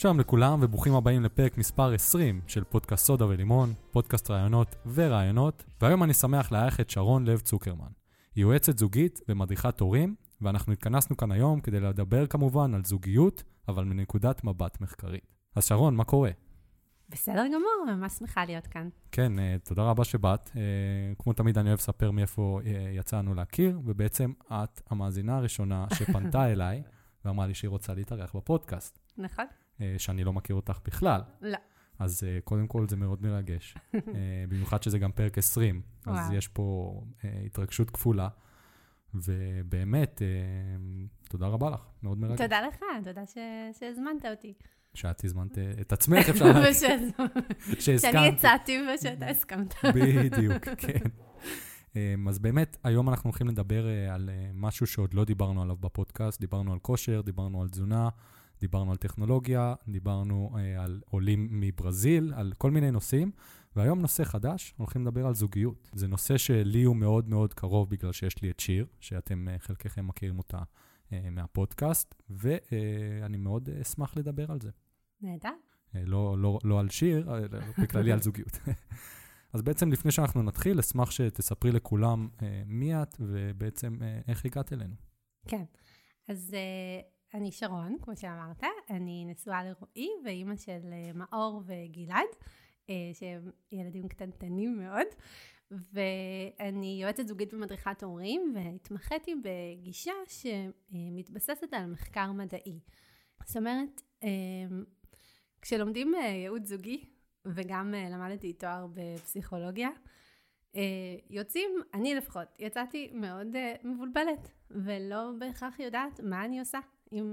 שלום לכולם וברוכים הבאים לפרק מספר 20 של פודקאסט סודה ולימון, פודקאסט רעיונות ורעיונות, והיום אני שמח לארח את שרון לב צוקרמן. היא יועצת זוגית ומדריכת הורים, ואנחנו התכנסנו כאן היום כדי לדבר כמובן על זוגיות, אבל מנקודת מבט מחקרית. אז שרון, מה קורה? בסדר גמור, ממש שמחה להיות כאן. כן, תודה רבה שבאת. כמו תמיד אני אוהב לספר מאיפה יצאנו להכיר, ובעצם את המאזינה הראשונה שפנתה אליי, ואמרה לי שהיא רוצה להתארח בפודקאסט. נכון. שאני לא מכיר אותך בכלל. לא. אז קודם כל זה מאוד מרגש. במיוחד שזה גם פרק 20, אז וואו. יש פה התרגשות כפולה, ובאמת, תודה רבה לך, מאוד מרגש. תודה לך, תודה שהזמנת אותי. שאת הזמנת את עצמך, אפשר להגיד. שהסכמת. שאני הצעתי ושאתה הסכמת. בדיוק, כן. אז באמת, היום אנחנו הולכים לדבר על משהו שעוד לא דיברנו עליו בפודקאסט, דיברנו על כושר, דיברנו על תזונה, דיברנו על טכנולוגיה, דיברנו על עולים מברזיל, על כל מיני נושאים, והיום נושא חדש, הולכים לדבר על זוגיות. זה נושא שלי הוא מאוד מאוד קרוב, בגלל שיש לי את שיר, שאתם חלקכם מכירים אותה מהפודקאסט, ואני מאוד אשמח לדבר על זה. נהדר. לא על שיר, בכללי על זוגיות. אז בעצם לפני שאנחנו נתחיל, אשמח שתספרי לכולם מי את, ובעצם איך הגעת אלינו. כן, אז אני שרון, כמו שאמרת, אני נשואה לרועי, ואימא של מאור וגלעד, שהם ילדים קטנטנים מאוד, ואני יועצת זוגית ומדריכת הורים, והתמחיתי בגישה שמתבססת על מחקר מדעי. זאת אומרת, כשלומדים ייעוץ זוגי, וגם למדתי תואר בפסיכולוגיה, יוצאים, אני לפחות, יצאתי מאוד מבולבלת, ולא בהכרח יודעת מה אני עושה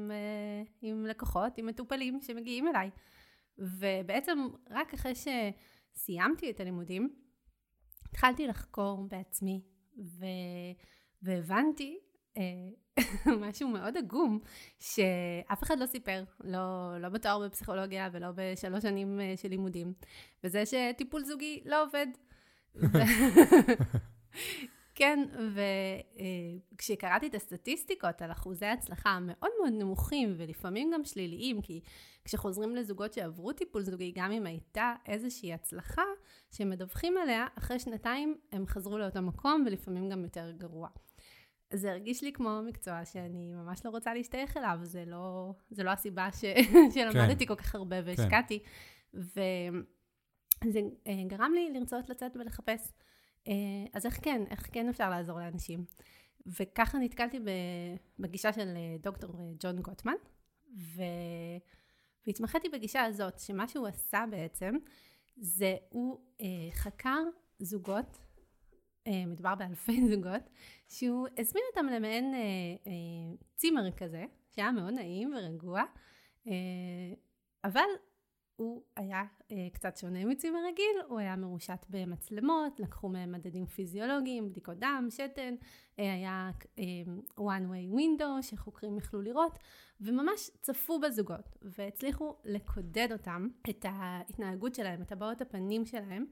עם לקוחות, עם מטופלים שמגיעים אליי. ובעצם רק אחרי שסיימתי את הלימודים, התחלתי לחקור בעצמי, והבנתי משהו מאוד עגום, שאף אחד לא סיפר, לא בתואר בפסיכולוגיה ולא ב3 שנים של לימודים, וזה שטיפול זוגי לא עובד. כן, וכשקראתי את הסטטיסטיקות על אחוזי הצלחה מאוד מאוד נמוכים, ולפעמים גם שליליים, כי כשחוזרים לזוגות שעברו טיפול זוגי, גם אם הייתה איזושהי הצלחה שמדווחים עליה, אחרי 2 הם חזרו לאותו מקום, ולפעמים גם יותר גרוע. זה הרגיש לי כמו מקצוע שאני ממש לא רוצה להשתייך אליו, זה לא הסיבה שלמדתי כל כך הרבה והשקעתי, וזה גרם לי לרצות לצאת ולחפש. אז איך כן אפשר לעזור לאנשים? וככה נתקלתי בגישה של דוקטור ג'ון גוטמן, והתמחיתי בגישה הזאת, שמה שהוא עשה בעצם, זה הוא חקר זוגות, מדובר באלפי זוגות, שהוא הזמין אותם למעין צימר כזה, שהיה מאוד נעים ורגוע, אבל הוא היה קצת שונה מצימר רגיל, הוא היה מרושת במצלמות, לקחו מהם מדדים פיזיולוגיים, בדיקות דם, שתן, היה one way window שחוקרים יכלו לראות, וממש צפו בזוגות, והצליחו לקודד אותם, את ההתנהגות שלהם, את הבעות הפנים שלהם,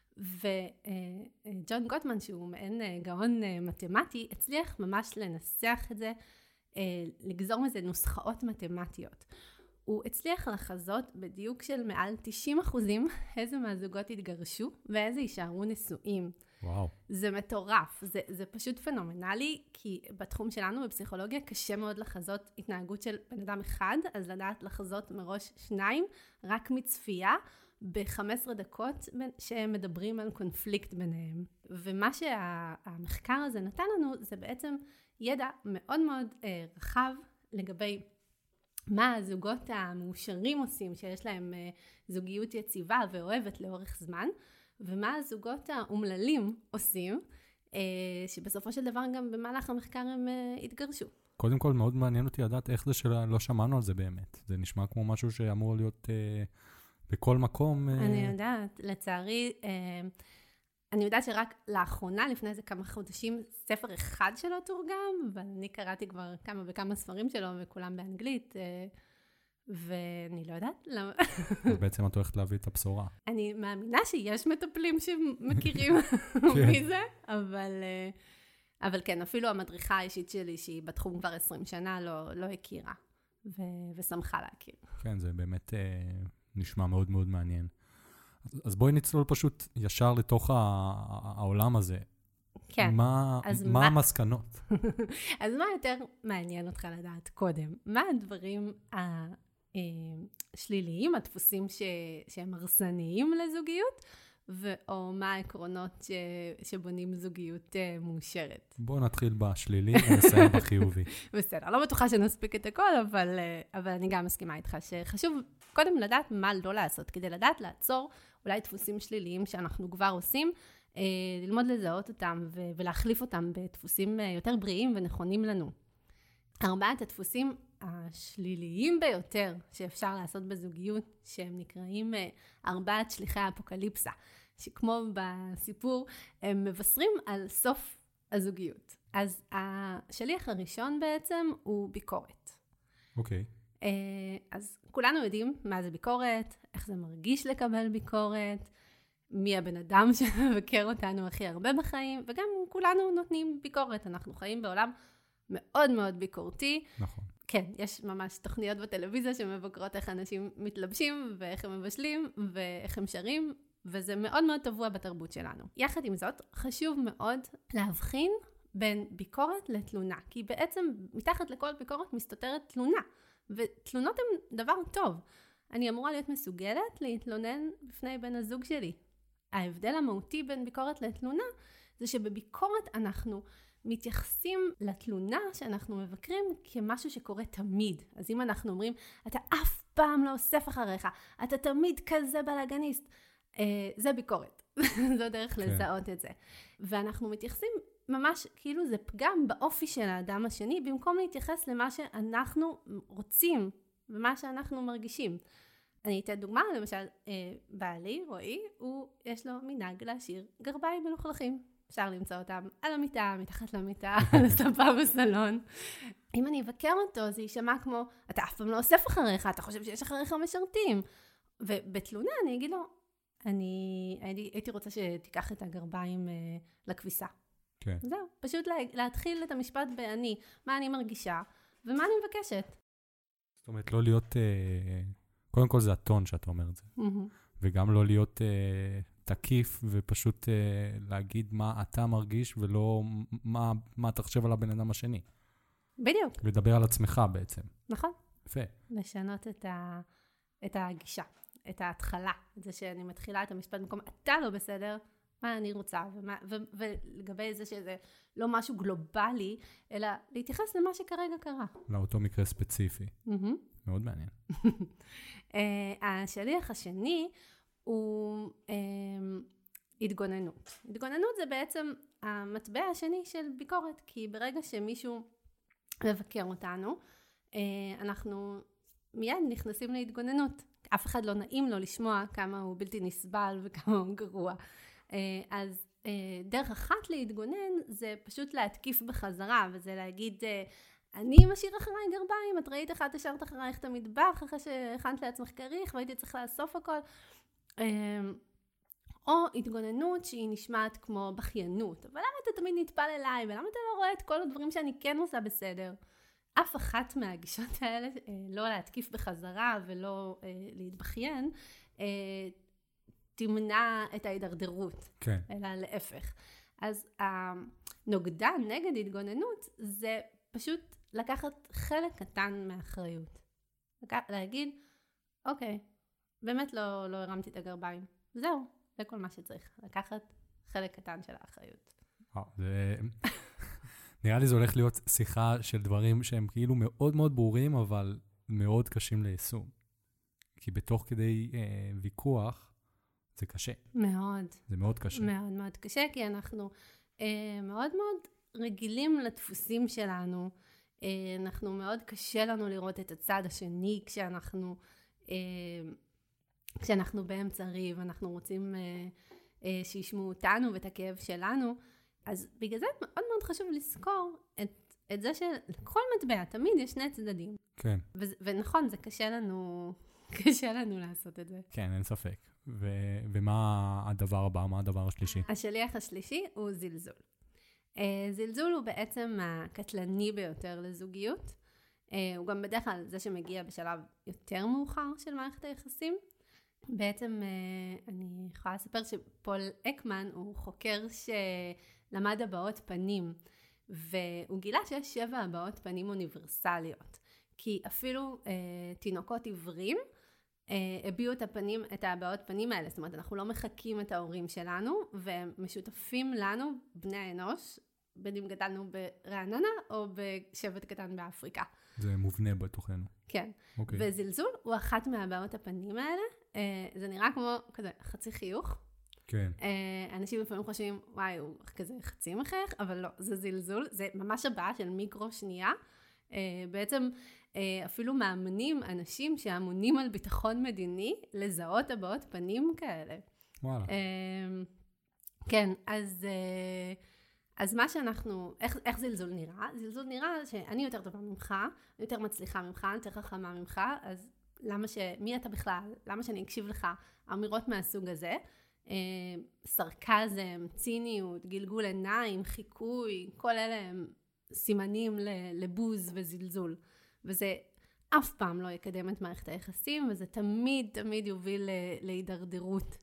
וג'ון גוטמן, שהוא מעין גאון מתמטי, הצליח ממש לנסח את זה, לגזור מזה נוסחאות מתמטיות. הוא הצליח לחזות בדיוק של מעל 90% איזה מהזוגות התגרשו, ואיזה יישארו נשואים. וואו. זה מטורף, זה פשוט פנומנלי, כי בתחום שלנו בפסיכולוגיה קשה מאוד לחזות התנהגות של בן אדם אחד, אז לדעת לחזות מראש 2, רק מצפייה, ב-15 דקות שהם מדברים על קונפליקט ביניהם. ומה שהמחקר הזה נתן לנו, זה בעצם ידע מאוד מאוד רחב לגבי מה הזוגות המאושרים עושים, שיש להם זוגיות יציבה ואוהבת לאורך זמן, ומה הזוגות האומללים עושים, שבסופו של דבר גם במהלך המחקר הם התגרשו. קודם כל מאוד מעניין אותי לדעת איך זה שלא שמענו על זה באמת. זה נשמע כמו משהו שאמור להיות בכל מקום. אני יודעת, לצערי, אני יודעת שרק לאחרונה, לפני איזה כמה חודשים, ספר אחד שלו תורגם, אבל אני קראתי כבר כמה וכמה ספרים שלו, וכולם באנגלית, ואני לא יודעת למה. אז בעצם את הולכת להביא את הבשורה. אני מאמינה שיש מטפלים שמכירים מי זה, אבל כן, אפילו המדריכה האישית שלי, שהיא בתחום כבר 20 שנה, לא הכירה. ושמחה להכיר. כן, זה באמת נשמע מאוד מאוד מעניין. אז בואי נצלול פשוט ישר לתוך העולם הזה. כן. מה המסקנות? אז מה יותר מעניין אותך לדעת קודם? מה הדברים השליליים, הדפוסים שהם הרסניים לזוגיות, או מה העקרונות שבונים זוגיות מאושרת? בואו נתחיל בשלילי ונסיים בחיובי. בסדר, לא בטוחה שנספיק את הכל, אבל אני גם מסכימה איתך שחשוב קודם לדעת מה לא לעשות, כדי לדעת לעצור אולי דפוסים שליליים שאנחנו כבר עושים, ללמוד לזהות אותם ולהחליף אותם בדפוסים יותר בריאים ונכונים לנו. 4 הדפוסים השליליים ביותר שאפשר לעשות בזוגיות, שהם נקראים 4 שליחי האפוקליפסה, שכמו בסיפור, הם מבשרים על סוף הזוגיות. אז השליח הראשון בעצם הוא ביקורת. אוקיי. אז כולנו יודעים מה זה ביקורת, איך זה מרגיש לקבל ביקורת, מי הבן אדם שמבקר אותנו הכי הרבה בחיים, וגם כולנו נותנים ביקורת. אנחנו חיים בעולם מאוד מאוד ביקורתי. נכון. כן, יש ממש תוכניות בטלוויזיה שמבקרות איך אנשים מתלבשים, ואיך הם מבשלים, ואיך הם שרים, וזה מאוד מאוד טבוע בתרבות שלנו. יחד עם זאת, חשוב מאוד להבחין בין ביקורת לתלונה, כי בעצם מתחת לכל ביקורת מסתתרת תלונה, ותלונות הן דבר טוב. אני אמורה להיות מסוגלת להתלונן בפני בן הזוג שלי. ההבדל המהותי בין ביקורת לתלונה, זה שבביקורת אנחנו מתייחסים לתלונה שאנחנו מבקרים כמשהו שקורה תמיד. אז אם אנחנו אומרים, אתה אף פעם לא אוסף אחריך, אתה תמיד כזה בלגניסט, זה ביקורת. זו דרך לזהות את זה. ואנחנו מתייחסים ממש כאילו זה פגם באופי של האדם השני, במקום להתייחס למה שאנחנו רוצים ומה שאנחנו מרגישים. אני אתן דוגמה, למשל, בעלי, רועי, יש לו מנהג להשאיר גרביים מלוכלכים. אפשר למצוא אותם על המיטה, מתחת למיטה, על הספה בסלון. אם אני אבקר אותו, זה יישמע כמו, אתה אף פעם לא אוסף אחריך, אתה חושב שיש אחריך משרתים. ובתלונה אני אגיד לו, הייתי רוצה שתיקח את הגרביים לכביסה. כן. זהו, פשוט להתחיל את המשפט בעני, מה אני מרגישה, ומה אני מבקשת. זאת אומרת, לא להיות, קודם כל זה הטון שאתה אומר את זה. וגם לא להיות תקיף, ופשוט להגיד מה אתה מרגיש, ולא מה אתה חושב על הבן אדם השני. בדיוק. לדבר על עצמך בעצם. נכון. יפה. לשנות את הגישה, את ההתחלה. את זה שאני מתחילה את המשפט במקום, אתה לא בסדר, מה אני רוצה, ולגבי זה שזה לא משהו גלובלי, אלא להתייחס למה שכרגע קרה. לאותו מקרה ספציפי. מאוד מעניין. השליח השני הוא התגוננות. התגוננות זה בעצם המטבע השני של ביקורת, כי ברגע שמישהו מבקר אותנו, אנחנו מיד נכנסים להתגוננות. אף אחד לא נעים לו לשמוע כמה הוא בלתי נסבל וכמה הוא גרוע. אז דרך אחת להתגונן זה פשוט להתקיף בחזרה, וזה להגיד, אני משאיר אחריי גרביים, את ראית איך את השארת אחרייך את המטבח, אחרי שהכנת לעצמך כריך, והייתי צריך לאסוף הכל. או התגוננות שהיא נשמעת כמו בכיינות, אבל למה אתה תמיד נטפל אליי, ולמה אתה לא רואה את כל הדברים שאני כן עושה בסדר? אף אחת מהגישות האלה, לא להתקיף בחזרה ולא להתבכיין, תמנע את ההידרדרות, כן. אלא להפך. אז הנוגדן נגד התגוננות זה פשוט לקחת חלק קטן מהאחריות. להגיד, אוקיי, באמת לא הרמתי את הגרביים. זהו, זה כל מה שצריך. לקחת חלק קטן של האחריות. נראה לי זה הולך להיות שיחה של דברים שהם כאילו מאוד מאוד ברורים, אבל מאוד קשים ליישום. כי בתוך כדי ויכוח, זה קשה. מאוד. זה מאוד קשה. מאוד מאוד קשה, כי אנחנו מאוד מאוד רגילים לדפוסים שלנו. אנחנו מאוד קשה לנו לראות את הצד השני כשאנחנו באמצע ריב, אנחנו רוצים שישמעו אותנו ואת הכאב שלנו. אז בגלל זה מאוד מאוד חשוב לזכור את זה שלכל מטבע תמיד יש שני צדדים. כן. ונכון, זה קשה לנו לעשות את זה. כן, אין ספק. ומה הדבר הבא? מה הדבר השלישי? השליח השלישי הוא זלזול. זלזול הוא בעצם הקטלני ביותר לזוגיות. הוא גם בדרך כלל זה שמגיע בשלב יותר מאוחר של מערכת היחסים. בעצם אני יכולה לספר שפול אקמן הוא חוקר שלמד הבעות פנים, והוא גילה שיש 7 הבעות פנים אוניברסליות, כי אפילו תינוקות עיוורים הביעו את הבעות פנים האלה, זאת אומרת אנחנו לא מחקים את ההורים שלנו, והם משותפים לנו, בני האנוש, בין אם גדלנו ברעננה או בשבט קטן באפריקה. זה מובנה בתוכנו. כן, Okay. וזלזול הוא אחת מהבעות הפנים האלה, זה נראה כמו כזה חצי חיוך. כן. אנשים לפעמים חושבים, וואי, הוא כזה חצי מחייך, אבל לא, זה זלזול, זה ממש הבעה של מיקרו שנייה. בעצם אפילו מאמנים אנשים שאמונים על ביטחון מדיני, לזהות הבעות פנים כאלה. וואלה. כן, אז מה שאנחנו, איך זלזול נראה? זלזול נראה שאני יותר טובה ממך, אני יותר מצליחה ממך, אני יותר חכמה ממך, אז מי אתה בכלל? למה שאני אקשיב לך? אמירות מהסוג הזה, סרקזם, ציניות, גלגול עיניים, חיקוי, כל אלה הם סימנים לבוז וזלזול. וזה אף פעם לא יקדם את מערכת היחסים, וזה תמיד יוביל להידרדרות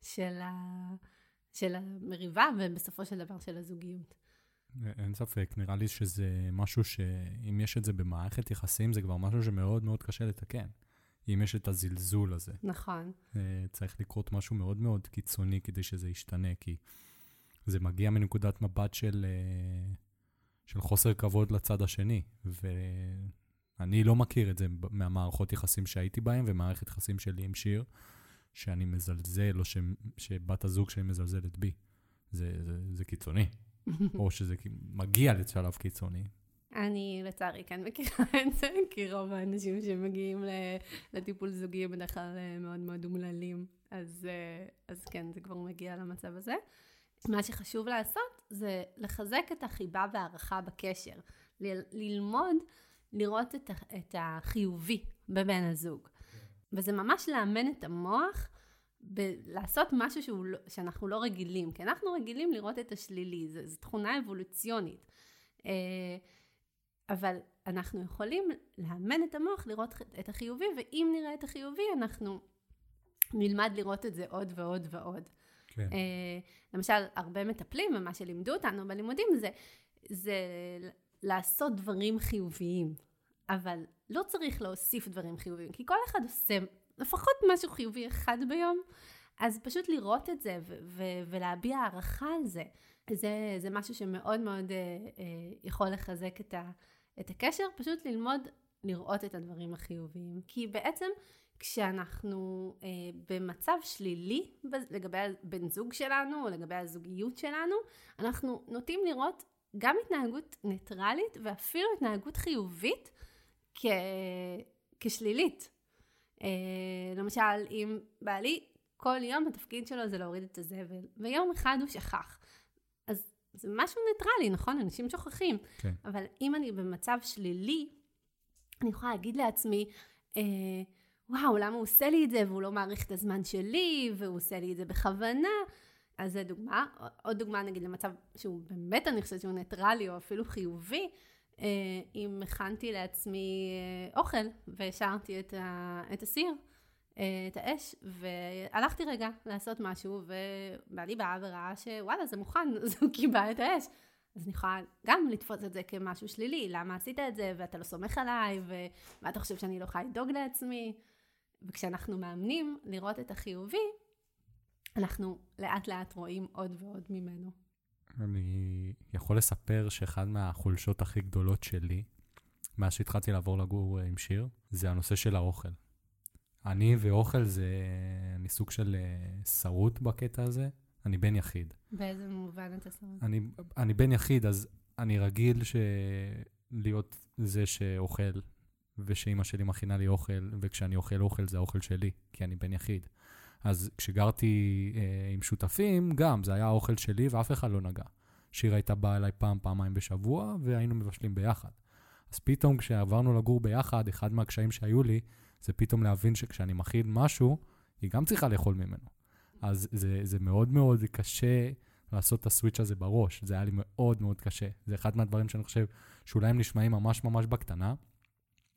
של המריבה, ובסופו של דבר של הזוגיות. אין ספק, נראה לי שזה משהו שאם יש את זה במערכת יחסים, זה כבר משהו שמאוד מאוד קשה לתקן. אם יש את הזלזול הזה. נכון. צריך לקרות משהו מאוד מאוד קיצוני כדי שזה ישתנה, כי זה מגיע מנקודת מבט של חוסר כבוד לצד השני, ואני לא מכיר את זה מהמערכות יחסים שהייתי בהם, ומערכת יחסים שלי עם שיר, שאני מזלזל, או שבת הזוג שלי מזלזלת בי. זה קיצוני. או שזה מגיע לשלב קיצוני. אני לצערי כן מכירה את זה, כי רוב האנשים שמגיעים לטיפול זוגי הם בדרך כלל מאוד מאוד אומללים, אז כן, זה כבר מגיע למצב הזה. מה שחשוב לעשות זה לחזק את החיבה והערכה בקשר, ללמוד לראות את החיובי בבן הזוג. וזה ממש לאמן את המוח לעשות משהו שאנחנו לא רגילים, כי אנחנו רגילים לראות את השלילי, זו תכונה אבולוציונית. אבל אנחנו יכולים לאמן את המוח לראות את החיובי, ואם נראה את החיובי, אנחנו נלמד לראות את זה עוד ועוד ועוד. כן. למשל, הרבה מטפלים, ומה שלימדו אותנו בלימודים, זה לעשות דברים חיוביים. אבל לא צריך להוסיף דברים חיוביים, כי כל אחד עושה לפחות משהו חיובי אחד ביום, אז פשוט לראות את זה ולהביע הערכה על זה. זה משהו שמאוד מאוד יכול לחזק את הקשר, פשוט ללמוד לראות את הדברים החיוביים. כי בעצם כשאנחנו במצב שלילי לגבי הבן זוג שלנו או לגבי הזוגיות שלנו, אנחנו נוטים לראות גם התנהגות ניטרלית ואפילו התנהגות חיובית כשלילית. למשל, אם בעלי כל יום התפקיד שלו זה להוריד את הזבל, ויום אחד הוא שכח. אז זה משהו ניטרלי, נכון? אנשים שוכחים. כן. אבל אם אני במצב שלילי, אני יכולה להגיד לעצמי, וואו, למה הוא עושה לי את זה, והוא לא מעריך את הזמן שלי, והוא עושה לי את זה בכוונה. אז זה דוגמה. עוד דוגמה, נגיד, למצב שהוא באמת, אני חושבת שהוא ניטרלי, או אפילו חיובי, אם הכנתי לעצמי אוכל, והשארתי את הסיר, את האש, והלכתי רגע לעשות משהו, ובעלי באה וראה שוואלה, זה מוכן, אז הוא קיבע את האש. אז אני יכולה גם לתפוס את זה כמשהו שלילי, למה עשית את זה, ואתה לא סומך עליי, ומה אתה חושב שאני לא יכולה לדאוג לעצמי? וכשאנחנו מאמנים לראות את החיובי, אנחנו לאט לאט רואים עוד ועוד ממנו. אני יכול לספר שאחד מהחולשות הכי גדולות שלי, מאז שהתחלתי לעבור לגור עם שיר, זה הנושא של האוכל. אני ואוכל אני סוג של שרות בקטע הזה. אני בן יחיד. באיזה מובן אתה שרות? אני בן יחיד, אז אני רגיל להיות זה שאוכל, ושאמא שלי מכינה לי אוכל, וכשאני אוכל זה האוכל שלי, כי אני בן יחיד. אז כשגרתי עם שותפים, גם זה היה האוכל שלי ואף אחד לא נגע. שיר הייתה באה אליי פעמיים בשבוע, והיינו מבשלים ביחד. אז פתאום כשעברנו לגור ביחד, אחד מהקשיים שהיו לי, זה פתאום להבין שכשאני מכין משהו, היא גם צריכה לאכול ממנו. אז זה מאוד מאוד קשה לעשות את הסוויץ' הזה בראש. זה היה לי מאוד מאוד קשה. זה אחד מהדברים שאני חושב שאולי הם נשמעים ממש ממש בקטנה,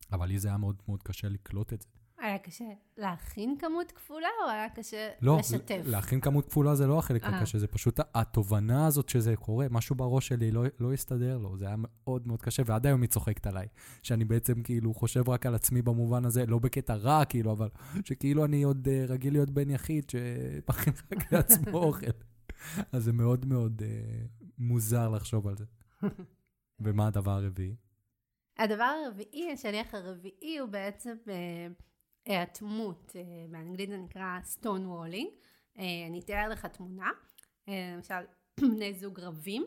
אבל לי זה היה מאוד מאוד קשה לקלוט את זה. היה קשה להכין כמות כפולה, או היה קשה לא, לשתף? להכין כמות כפולה זה לא החלק הקשה, זה פשוט התובנה הזאת שזה קורה, משהו בראש שלי לא יסתדר לו, זה היה מאוד מאוד קשה, ועד היום היא צוחקת עליי, שאני בעצם כאילו חושב רק על עצמי במובן הזה, לא בקטע רע כאילו, אבל שכאילו אני עוד רגיל להיות בן יחיד, שמכין רק לעצמו אוכל. אז זה מאוד מאוד מוזר לחשוב על זה. ומה הדבר הרביעי? הדבר הרביעי, השליח הרביעי, הוא בעצם התמות, באנגלית זה נקרא stonewalling. אני אתאר לך תמונה, למשל בני זוג רבים,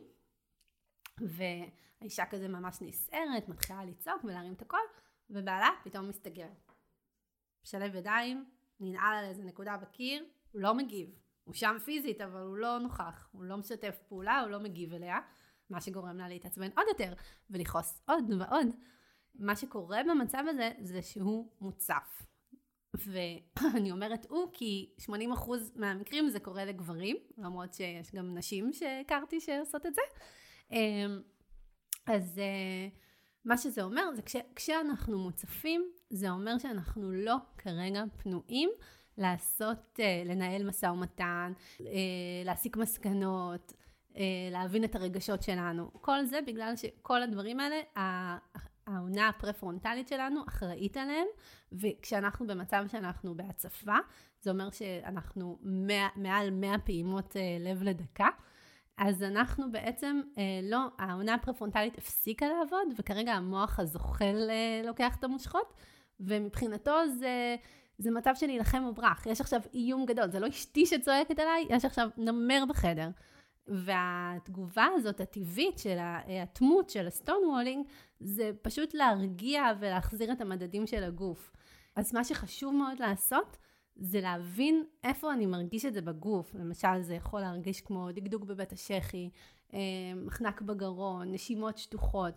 והאישה כזה ממש נסערת, מתחילה לצעוק ולהרים את הקול, ובעלה פתאום מסתגר. שלב ידיים, ננעל על איזה נקודה בקיר, הוא לא מגיב. הוא שם פיזית, אבל הוא לא נוכח, הוא לא משתף פעולה, הוא לא מגיב אליה, מה שגורם לה להתעצבן עוד יותר, ולכעוס עוד ועוד. מה שקורה במצב הזה, זה שהוא מוצף. ואני אומרת הוא, כי 80% מהמקרים זה קורה לגברים, למרות שיש גם נשים שהכרתי שעושות את זה. אז מה שזה אומר, זה כשאנחנו מוצפים, זה אומר שאנחנו לא כרגע פנויים לנהל משא ומתן, להסיק מסקנות, להבין את הרגשות שלנו. כל זה בגלל שכל הדברים האלה, העונה הפרפרונטלית שלנו אחראית עליהם, וכשאנחנו במצב שאנחנו בהצפה, זה אומר שאנחנו מעל 100 פעימות לב לדקה, אז אנחנו בעצם לא, העונה הפרפרונטלית הפסיקה לעבוד, וכרגע המוח הזוחל לוקח את המושכות, ומבחינתו זה מצב של להילחם או ברח. יש עכשיו איום גדול, זה לא אשתי שצועקת עליי, יש עכשיו נמר בחדר. והתגובה הזאת הטבעית של התמות של הסטונוולינג, זה פשוט להרגיע ולהחזיר את המדדים של הגוף. אז מה שחשוב מאוד לעשות, זה להבין איפה אני מרגיש את זה בגוף. למשל, זה יכול להרגיש כמו דגדוג בבית השחי, מחנק בגרון, נשימות שטוחות,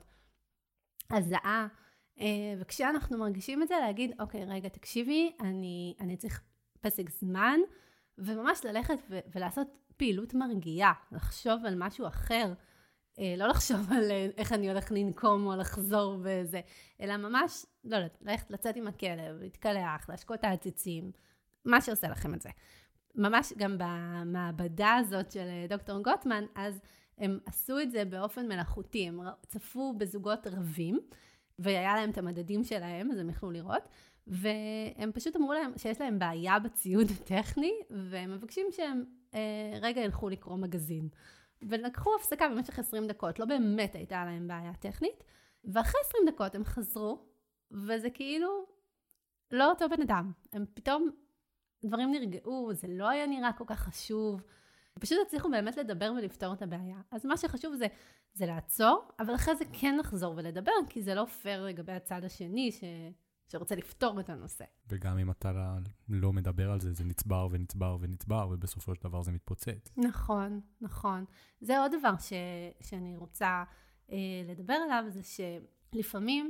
הזעה. וכשאנחנו מרגישים את זה, להגיד, אוקיי, רגע, תקשיבי, אני צריך פסק זמן, וממש ללכת ולעשות פעילות מרגיעה, לחשוב על משהו אחר, לא לחשוב על איך אני הולך לנקום או לחזור וזה, אלא ממש, לא, לצאת עם הכלב, להתקלח, להשקות העציצים, מה שעושה לכם את זה. ממש גם במעבדה הזאת של דוקטור גוטמן, אז הם עשו את זה באופן מלאכותי, הם צפו בזוגות רבים, והיה להם את המדדים שלהם, אז הם יכלו לראות, והם פשוט אמרו להם שיש להם בעיה בציוד הטכני, והם מבקשים שהם רגע ילכו לקרוא מגזין. ולקחו הפסקה במשך 20 דקות, לא באמת הייתה להם בעיה טכנית, ואחרי 20 דקות הם חזרו, וזה כאילו לא אותו בן אדם. הם פתאום, דברים נרגעו, זה לא היה נראה כל כך חשוב, פשוט הצליחו באמת לדבר ולפתור את הבעיה. אז מה שחשוב זה לעצור, אבל אחרי זה כן לחזור ולדבר, כי זה לא פייר לגבי הצד השני שרוצה לפתור את הנושא. וגם אם אתה לא מדבר על זה, זה נצבר ונצבר ונצבר, ובסופו של דבר זה מתפוצץ. נכון, נכון. זה עוד דבר שאני רוצה לדבר עליו, זה שלפעמים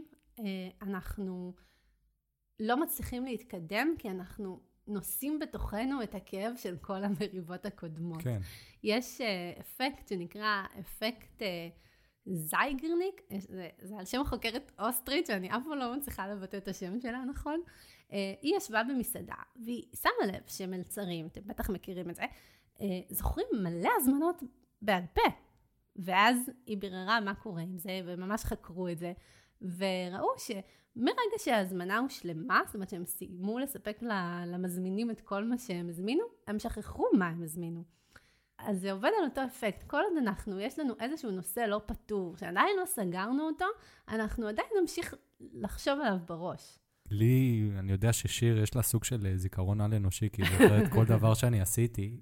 אנחנו לא מצליחים להתקדם, כי אנחנו נושאים בתוכנו את הכאב של כל המריבות הקודמות. כן. יש אפקט שנקרא אפקט זייגרניק, זה על שם החוקרת אוסטרית, שאני אף פעם לא מצליחה לבטא את השם שלה, נכון? היא ישבה במסעדה, והיא שמה לב שמלצרים, אתם בטח מכירים את זה, זוכרים מלא הזמנות בעל פה, ואז היא ביררה מה קורה עם זה, וממש חקרו את זה, וראו שמרגע שההזמנה הושלמה, זאת אומרת שהם סיימו לספק למזמינים את כל מה שהם הזמינו, הם שכחו מה הם הזמינו. אז זה עובד על אותו אפקט. כל עוד יש לנו איזשהו נושא לא פתור, שעדיין לא סגרנו אותו, אנחנו עדיין נמשיך לחשוב עליו בראש. לי, אני יודע ששיר יש לה סוג של זיכרון על אנושי, כי היא זוכרת כל דבר שאני עשיתי,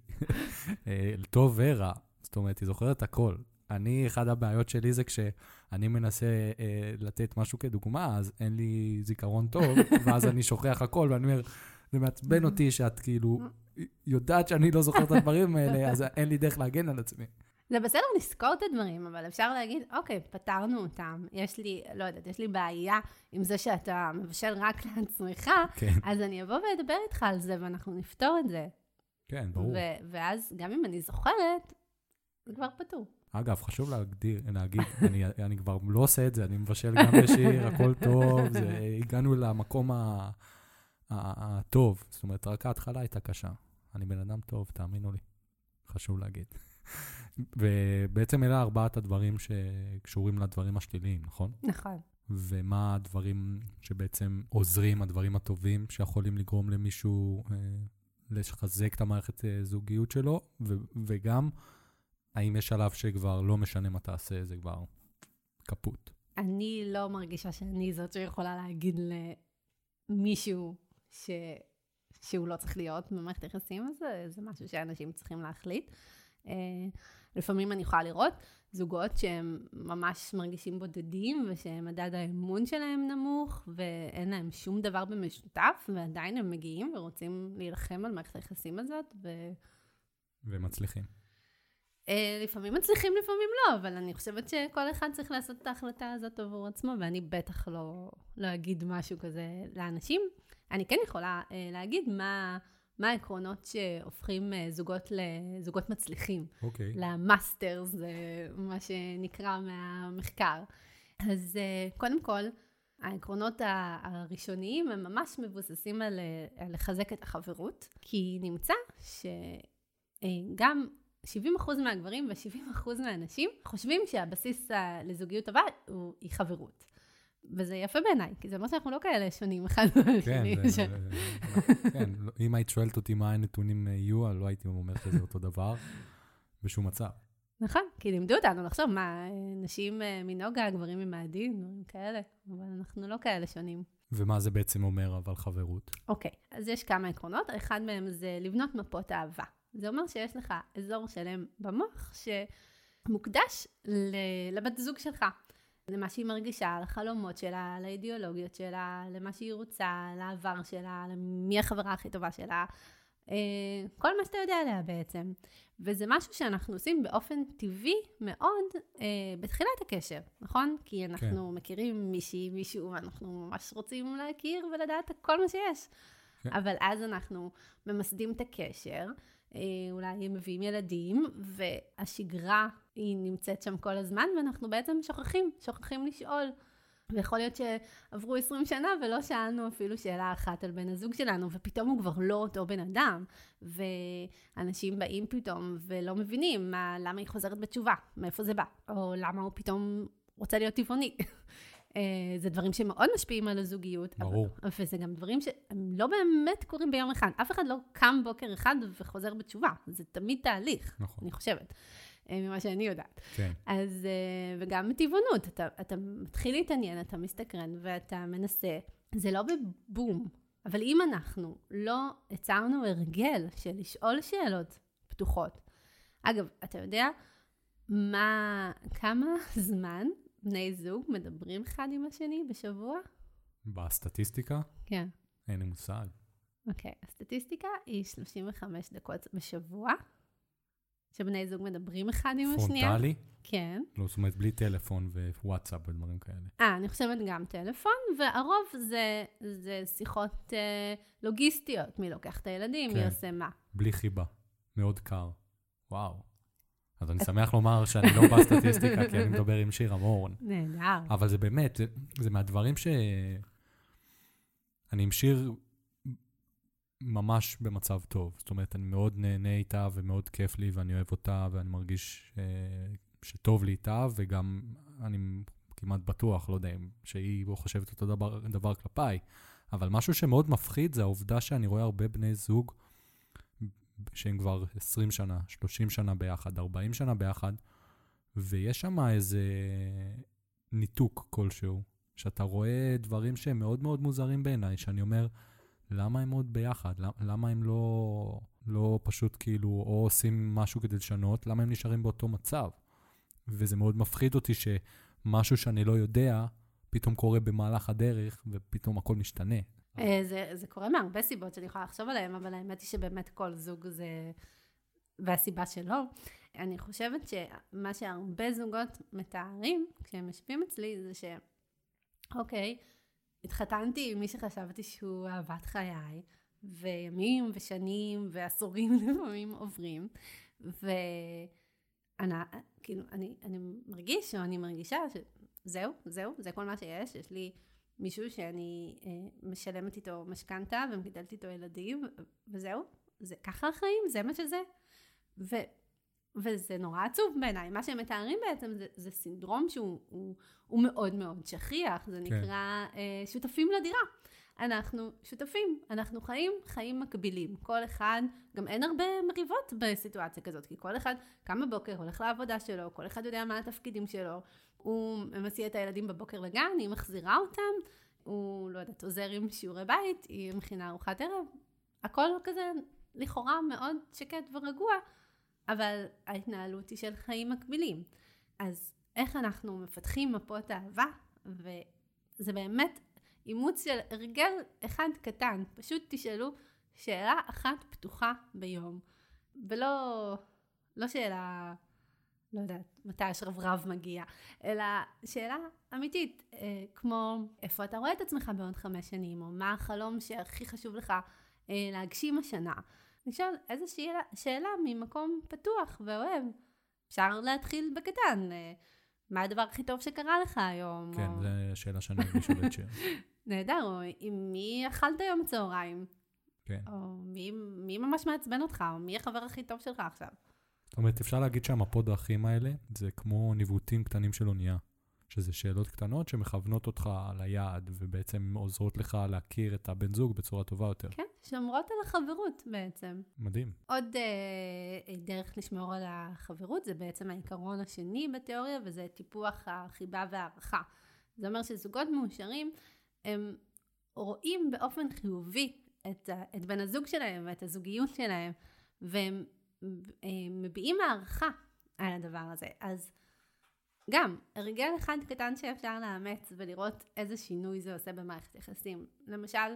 טוב ורע. זאת אומרת, היא זוכרת הכל. אחד הבעיות שלי זה כשאני מנסה לתת משהו כדוגמה, אז אין לי זיכרון טוב, ואז אני שוכח הכל, ואני אומר, זה מעצבן אותי שאת כאילו יודעת שאני לא זוכר את הדברים האלה, אז אין לי דרך להגן על עצמי. זה בסדר לזכור את הדברים, אבל אפשר להגיד, אוקיי, פתרנו אותם, יש לי, לא יודעת, יש לי בעיה עם זה שאתה מבשל רק לעצמך, כן. אז אני אבוא ואדבר איתך על זה, ואנחנו נפתור את זה. כן, ברור. ואז גם אם אני זוכרת, זה כבר פתור. אגב, חשוב להגיד, אני כבר לא עושה את זה, אני מבשל גם בשיר, הכל טוב, הגענו למקום הטוב, זאת אומרת, רק ההתחלה הייתה קשה. אני בן אדם טוב, תאמינו לי, חשוב להגיד. ובעצם אלה 4 הדברים שקשורים לדברים השליליים, נכון? נכון. ומה הדברים שבעצם עוזרים, הדברים הטובים שיכולים לגרום למישהו לחזק את המערכת זוגיות שלו, וגם האם יש שלב שכבר לא משנה מה תעשה, זה כבר קפוט. אני לא מרגישה שאני זאת שיכולה להגיד למישהו שהוא לא צריך להיות במערכת יחסים, אז זה משהו שאנשים צריכים להחליט. לפעמים אני יכולה לראות זוגות שהם ממש מרגישים בודדים, ושמדד האמון שלהם נמוך, ואין להם שום דבר במשותף, ועדיין הם מגיעים ורוצים להילחם על מערכת היחסים הזאת. ומצליחים. לפעמים מצליחים, לפעמים לא, אבל אני חושבת שכל אחד צריך לעשות את ההחלטה הזאת עבור עצמו, ואני בטח לא אגיד משהו כזה לאנשים. אני כן יכולה להגיד מה העקרונות שהופכים זוגות מצליחים. אוקיי. למאסטר, זה מה שנקרא מהמחקר. אז קודם כל, העקרונות הראשוניים הם ממש מבוססים על לחזק את החברות, כי נמצא שגם 70% מהגברים ו70% מהאנשים חושבים שהבסיס לזוגיות טובה היא חברות. וזה יפה בעיניי, כי זה אומר שאנחנו לא כאלה שונים אחד מהשני. כן, אם היית שואלת אותי מה הנתונים יהיו, לא הייתי אומר שזה אותו דבר, בשום מצב. נכון, כי לימדו אותנו לחשוב מה, נשים מנוגה, גברים ממאדים, כאלה, אבל אנחנו לא כאלה שונים. ומה זה בעצם אומר, אבל חברות? אוקיי, אז יש כמה עקרונות, אחד מהם זה לבנות מפות אהבה. זה אומר שיש לך אזור שלם במוח שמוקדש לבת זוג שלך. למה שהיא מרגישה, לחלומות שלה, לאידיאולוגיות שלה, למה שהיא רוצה, לעבר שלה, למי החברה הכי טובה שלה. כל מה שאתה יודע עליה בעצם. וזה משהו שאנחנו עושים באופן טבעי מאוד בתחילת הקשר, נכון? כי אנחנו מכירים מישהו, ואנחנו ממש רוצים להכיר ולדעת כל מה שיש. אבל אז אנחנו ממסדים את הקשר, אולי הם מביאים ילדים, והשגרה היא נמצאת שם כל הזמן, ואנחנו בעצם שוכחים לשאול. ויכול להיות שעברו 20 שנה ולא שאלנו אפילו שאלה אחת על בן הזוג שלנו, ופתאום הוא כבר לא אותו בן אדם, ואנשים באים פתאום ולא מבינים למה היא חוזרת בתשובה, מאיפה זה בא, או למה הוא פתאום רוצה להיות טבעוני. זה דברים שמאוד משפיעים על הזוגיות. ברור. וזה גם דברים שהם לא באמת קורים ביום אחד. אף אחד לא קם בוקר אחד וחוזר בתשובה. זה תמיד תהליך, נכון. אני חושבת, ממה שאני יודעת. כן. אז, וגם בטבעונות, אתה מתחיל להתעניין, אתה מסתקרן ואתה מנסה. זה לא בבום. אבל אם אנחנו לא יצרנו הרגל של לשאול שאלות פתוחות. אגב, אתה יודע כמה זמן בני זוג מדברים אחד עם השני בשבוע? בסטטיסטיקה? כן. אין לי מושג. אוקיי, הסטטיסטיקה היא 35 דקות בשבוע, שבני זוג מדברים אחד עם השנייה. פרונטלי? כן. לא, זאת אומרת, בלי טלפון ווואטסאפ ודברים כאלה. אני חושבת גם טלפון, והרוב זה שיחות לוגיסטיות, מי לוקח את הילדים, מי עושה מה. בלי חיבה, מאוד קר. וואו. אז אני שמח לומר שאני לא בסטטיסטיקה, כי אני מדבר עם שיר המורן. נהדר. אבל זה באמת, זה מהדברים אני עם שיר ממש במצב טוב. זאת אומרת, אני מאוד נהנה איתה ומאוד כיף לי, ואני אוהב אותה, ואני מרגיש שטוב לי איתה, וגם אני כמעט בטוח, לא יודע, שהיא חושבת אותו דבר כלפיי. אבל משהו שמאוד מפחיד זה העובדה שאני רואה הרבה בני זוג, שהם כבר 20 שנה, 30 שנה ביחד, 40 שנה ביחד, ויש שם איזה ניתוק כלשהו, שאתה רואה דברים שהם מאוד מאוד מוזרים בעיניי, שאני אומר, למה הם עוד ביחד? למה הם לא פשוט כאילו, או עושים משהו כדי לשנות, למה הם נשארים באותו מצב? וזה מאוד מפחיד אותי שמשהו שאני לא יודע, פתאום קורה במהלך הדרך, ופתאום הכל משתנה. זה קורה מהרבה סיבות שאני יכולה לחשוב עליהן, אבל האמת היא שבאמת כל זוג זה, והסיבה שלו, אני חושבת שמה שהרבה זוגות מתארים, כשהם משפיעים אצלי, זה אוקיי, התחתנתי עם מי שחשבתי שהוא אהבת חיי, וימים ושנים ועשורים לפעמים עוברים, ואני אני מרגיש או אני מרגישה שזהו, זה כל מה שיש. יש לי מישהו שאני משלמת איתו משכנתה ומגדלת איתו ילדים, וזהו, זה ככה החיים, זה מה שזה. וזה נורא עצוב בעיניי. מה שהם מתארים בעצם זה סינדרום שהוא מאוד מאוד שכיח, זה נקרא שותפים לדירה. אנחנו שותפים, אנחנו חיים מקבילים. כל אחד, גם אין הרבה מריבות בסיטואציה כזאת, כי כל אחד קם בבוקר, הולך לעבודה שלו, כל אחד יודע מה התפקידים שלו, הוא מסיע את הילדים בבוקר לגן, היא מחזירה אותם, הוא, לא יודעת, עוזר עם שיעורי בית, היא מכינה ארוחת ערב, הכל כזה לכאורה מאוד שקט ורגוע, אבל ההתנהלות היא של חיים מקבילים. אז איך אנחנו מפתחים מפות אהבה, וזה באמת אימוץ של הרגל אחד קטן, פשוט תשאלו שאלה אחת פתוחה ביום, ולא שאלה, לא יודעת, מתי השרברב מגיע, אלא שאלה אמיתית, כמו איפה אתה רואה את עצמך בעוד 5 שנים, או מה החלום שהכי חשוב לך להגשים השנה. לשאול איזו שאלה ממקום פתוח ואוהב. אפשר להתחיל בקטן, מה הדבר הכי טוב שקרה לך היום? כן, או... זו שאלה שאני משאלת שיר. נהדר, או עם מי אכלת היום צהריים? כן. או מי ממש מעצבן אותך, או מי החבר הכי טוב שלך עכשיו? זאת אומרת, אפשר להגיד שהמפות דרכים האלה, זה כמו ניווטים קטנים של אונייה, שזה שאלות קטנות שמכוונות אותך ליעד, ובעצם עוזרות לך להכיר את הבן זוג בצורה טובה יותר. כן, שומרות על החברות בעצם. מדהים. עוד דרך לשמור על החברות, זה בעצם העיקרון השני בתיאוריה, וזה טיפוח החיבה והערכה. זה אומר שזוגות מאושרים, הם רואים באופן חיובי את בן הזוג שלהם ואת הזוגיות שלהם, והם מביעים הערכה על הדבר הזה. אז גם, הרגל אחד קטן שאפשר לאמץ ולראות איזה שינוי זה עושה במערכת יחסים. למשל,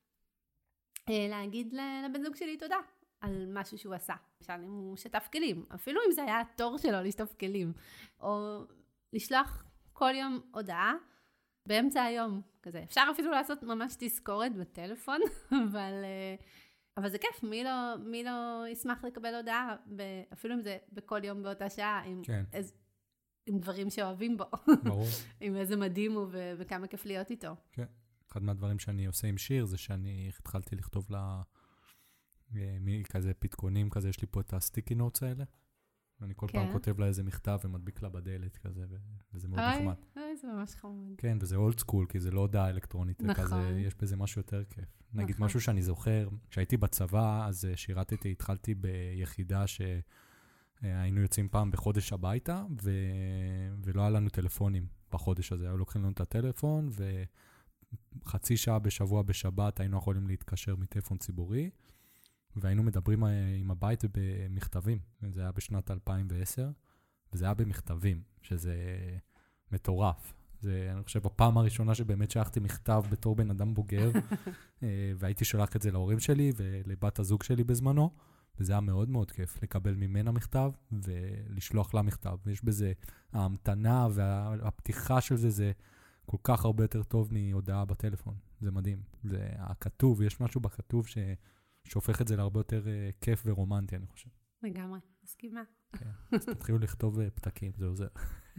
להגיד לבן זוג שלי תודה על משהו שהוא עשה. למשל, אם הוא שטף כלים, אפילו אם זה היה התור שלו לשטוף כלים, או לשלוח כל יום הודעה באמצע היום, כזה. אפשר אפילו לעשות ממש תזכורת בטלפון, אבל זה כיף, מי לא ישמח לקבל הודעה, אפילו אם זה בכל יום באותה שעה, עם דברים שאוהבים בו. ברור. עם איזה מדהים הוא וכמה כיף להיות איתו. כן. אחד מהדברים שאני עושה עם שיר, זה שאני התחלתי לכתוב לה כזה פתקונים, כזה, יש לי פה את הסטיקי נוטס האלה. אני כל פעם כותב לה איזה מכתב ומדביק לה בדלת כזה, וזה מאוד נחמד. זה ממש חמוד. כן, וזה אולד סקול, כי זה לא הודעה אלקטרונית, וכזה, יש בזה משהו יותר כיף. נגיד משהו שאני זוכר, כשהייתי בצבא, אז שירתתי, התחלתי ביחידה שהיינו יוצאים פעם בחודש הביתה, ולא היה לנו טלפונים בחודש הזה. היו לוקחים לנו את הטלפון, וחצי שעה בשבוע בשבת היינו יכולים להתקשר מטלפון ציבורי, והיינו מדברים עם הבית במכתבים. זה היה בשנת 2010, וזה היה במכתבים, שזה מטורף. זה, אני חושב, הפעם הראשונה שבאמת שלחתי מכתב בתור בן אדם בוגר, והייתי שולח את זה להורים שלי ולבת הזוג שלי בזמנו, וזה היה מאוד מאוד כיף לקבל ממנה מכתב ולשלוח לה מכתב. ויש בזה, ההמתנה והפתיחה של זה כל כך הרבה יותר טוב מהודעה בטלפון. זה מדהים. זה הכתוב, יש משהו בכתוב שהופך את זה להרבה יותר כיף ורומנטי, אני חושב. לגמרי, מסכימה. כן, אז תתחילו לכתוב פתקים, זה עוזר.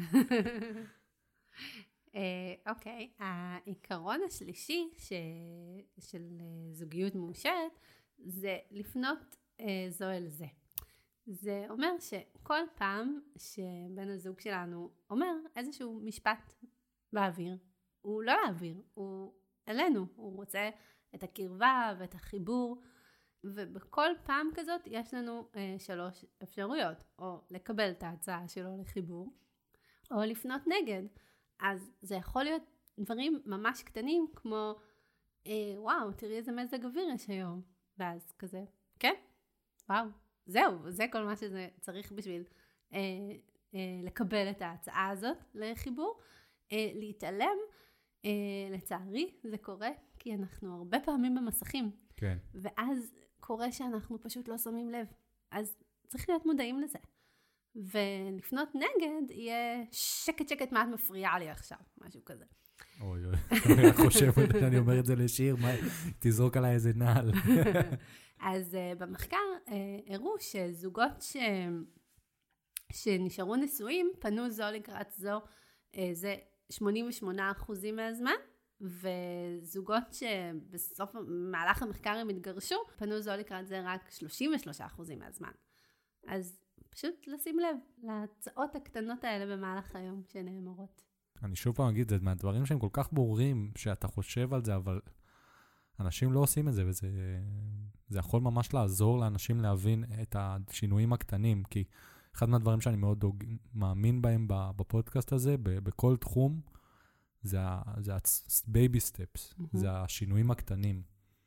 אוקיי, העיקרון השלישי של זוגיות מאושרת, זה לפנות זו אל זה. זה אומר שכל פעם שבן הזוג שלנו אומר איזשהו משפט באוויר, הוא לא האוויר, הוא אלינו, הוא רוצה את הקרבה ואת החיבור, ובכל פעם כזאת יש לנו 3 אפשרויות, או לקבל את ההצעה שלו לחיבור, או לפנות נגד. אז זה יכול להיות דברים ממש קטנים, כמו, וואו, תראי איזה מזג אוויר יש היום. ואז כזה, כן, וואו, זהו, זה כל מה שזה צריך בשביל לקבל את ההצעה הזאת לחיבור. להתעלם, לצערי זה קורה, כי אנחנו הרבה פעמים במסכים. כן. ואז קורה שאנחנו פשוט לא שמים לב. אז צריך להיות מודעים לזה. ולפנות נגד יהיה שקט, מה את מפריעה לי עכשיו? משהו כזה. אוי, אני חושב שאני אומר את זה לשיר, תזרוק עליי איזה נעל. אז במחקר הראו שזוגות שנשארו נשואים, פנו זו לקראת זו, זה 88% מהזמן, וזוגות שבסוף מהלך המחקר הם התגרשו, פנו זו לקראת זה רק 33% מהזמן. אז פשוט לשים לב להצעות הקטנות האלה במהלך היום שנאמרות. אני שוב פעם אגיד, זה מהדברים שהם כל כך ברורים, שאתה חושב על זה, אבל אנשים לא עושים את זה, וזה יכול ממש לעזור לאנשים להבין את השינויים הקטנים, כי אחד מהדברים שאני מאוד מאמין בהם בפודקאסט הזה, בכל תחום, זה ה-baby steps, זה השינויים הקטנים.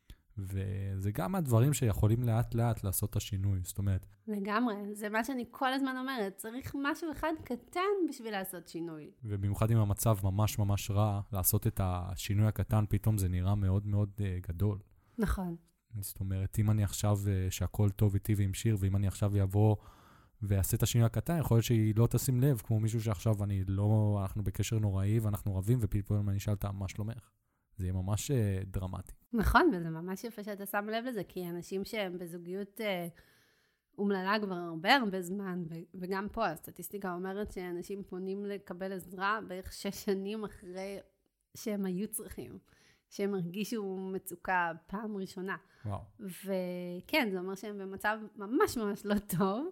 וזה גם הדברים שיכולים לאט לאט לעשות את השינוי, זאת אומרת. לגמרי, זה מה שאני כל הזמן אומרת, צריך משהו אחד קטן בשביל לעשות שינוי. ובמיוחד אם המצב ממש ממש רע, לעשות את השינוי הקטן, פתאום זה נראה מאוד מאוד גדול. נכון. זאת אומרת, אם אני עכשיו, שהכל טוב איתי ועם שיר, ואם אני עכשיו יבוא ועשה את השינוי הקטן, יכול להיות שהיא לא תשים לב, כמו מישהו שעכשיו אנחנו בקשר נוראי, ואנחנו רבים, ופתאום אני אשאל אותה, מה שלומך? זה יהיה ממש דרמטי. נכון, וזה ממש יפה שאתה שם לב לזה, כי אנשים שהם בזוגיות אומללה כבר הרבה זמן, וגם פה הסטטיסטיקה אומרת שאנשים פונים לקבל עזרה בערך 6 שנים אחרי שהם היו צריכים, שהם הרגישו מצוקה פעם ראשונה. וואו. וכן, זה אומר שהם במצב ממש ממש לא טוב,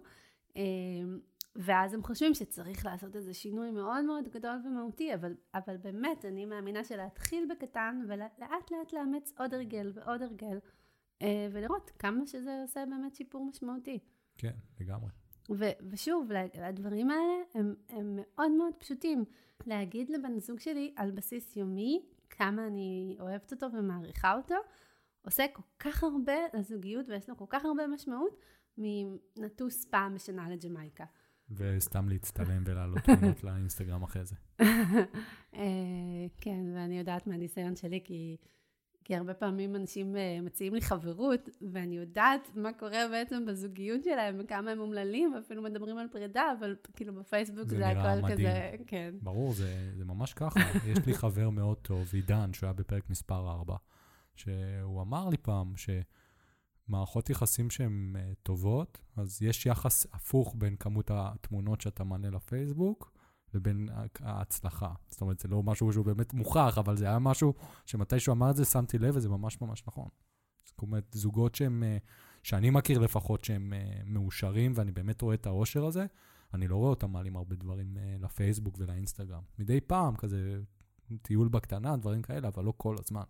ואז הם חושבים שצריך לעשות איזה שינוי מאוד מאוד גדול ומהותי, אבל באמת אני מאמינה שלהתחיל בקטן ולאט לאט לאמץ עוד הרגל ועוד הרגל, ולראות כמה שזה עושה באמת שיפור משמעותי. כן, לגמרי. ושוב, הדברים האלה הם מאוד מאוד פשוטים. להגיד לבן זוג שלי על בסיס יומי כמה אני אוהבת אותו ומעריכה אותו, עושה כל כך הרבה לזוגיות ויש לו כל כך הרבה משמעות מנטוס פעם בשנה לג'מייקה. וסתם להצטלם ולעלות תמונות לאינסטגרם אחרי זה. כן, ואני יודעת מהניסיון שלי, כי הרבה פעמים אנשים מציעים לי חברות, ואני יודעת מה קורה בעצם בזוגיות שלהם, וכמה הם אומללים, ואפילו מדברים על פרידה, אבל כאילו בפייסבוק זה הכל כזה, כן. ברור, זה ממש ככה. יש לי חבר מאוד טוב, עידן, שהוא היה בפרק מספר 4, שהוא אמר לי פעם מערכות יחסים שהן טובות, אז יש יחס הפוך בין כמות התמונות שאתה מעלה לפייסבוק, לבין ההצלחה. זאת אומרת, זה לא משהו שהוא באמת מוכח, אבל זה היה משהו שמתי שהוא אמר את זה, שמתי לב, וזה ממש ממש נכון. זאת אומרת, זוגות שאני מכיר לפחות, שהם מאושרים, ואני באמת רואה את האושר הזה, אני לא רואה אותם מעלים הרבה דברים לפייסבוק ולאינסטגרם. מדי פעם, כזה טיול בקטנה, דברים כאלה, אבל לא כל הזמן.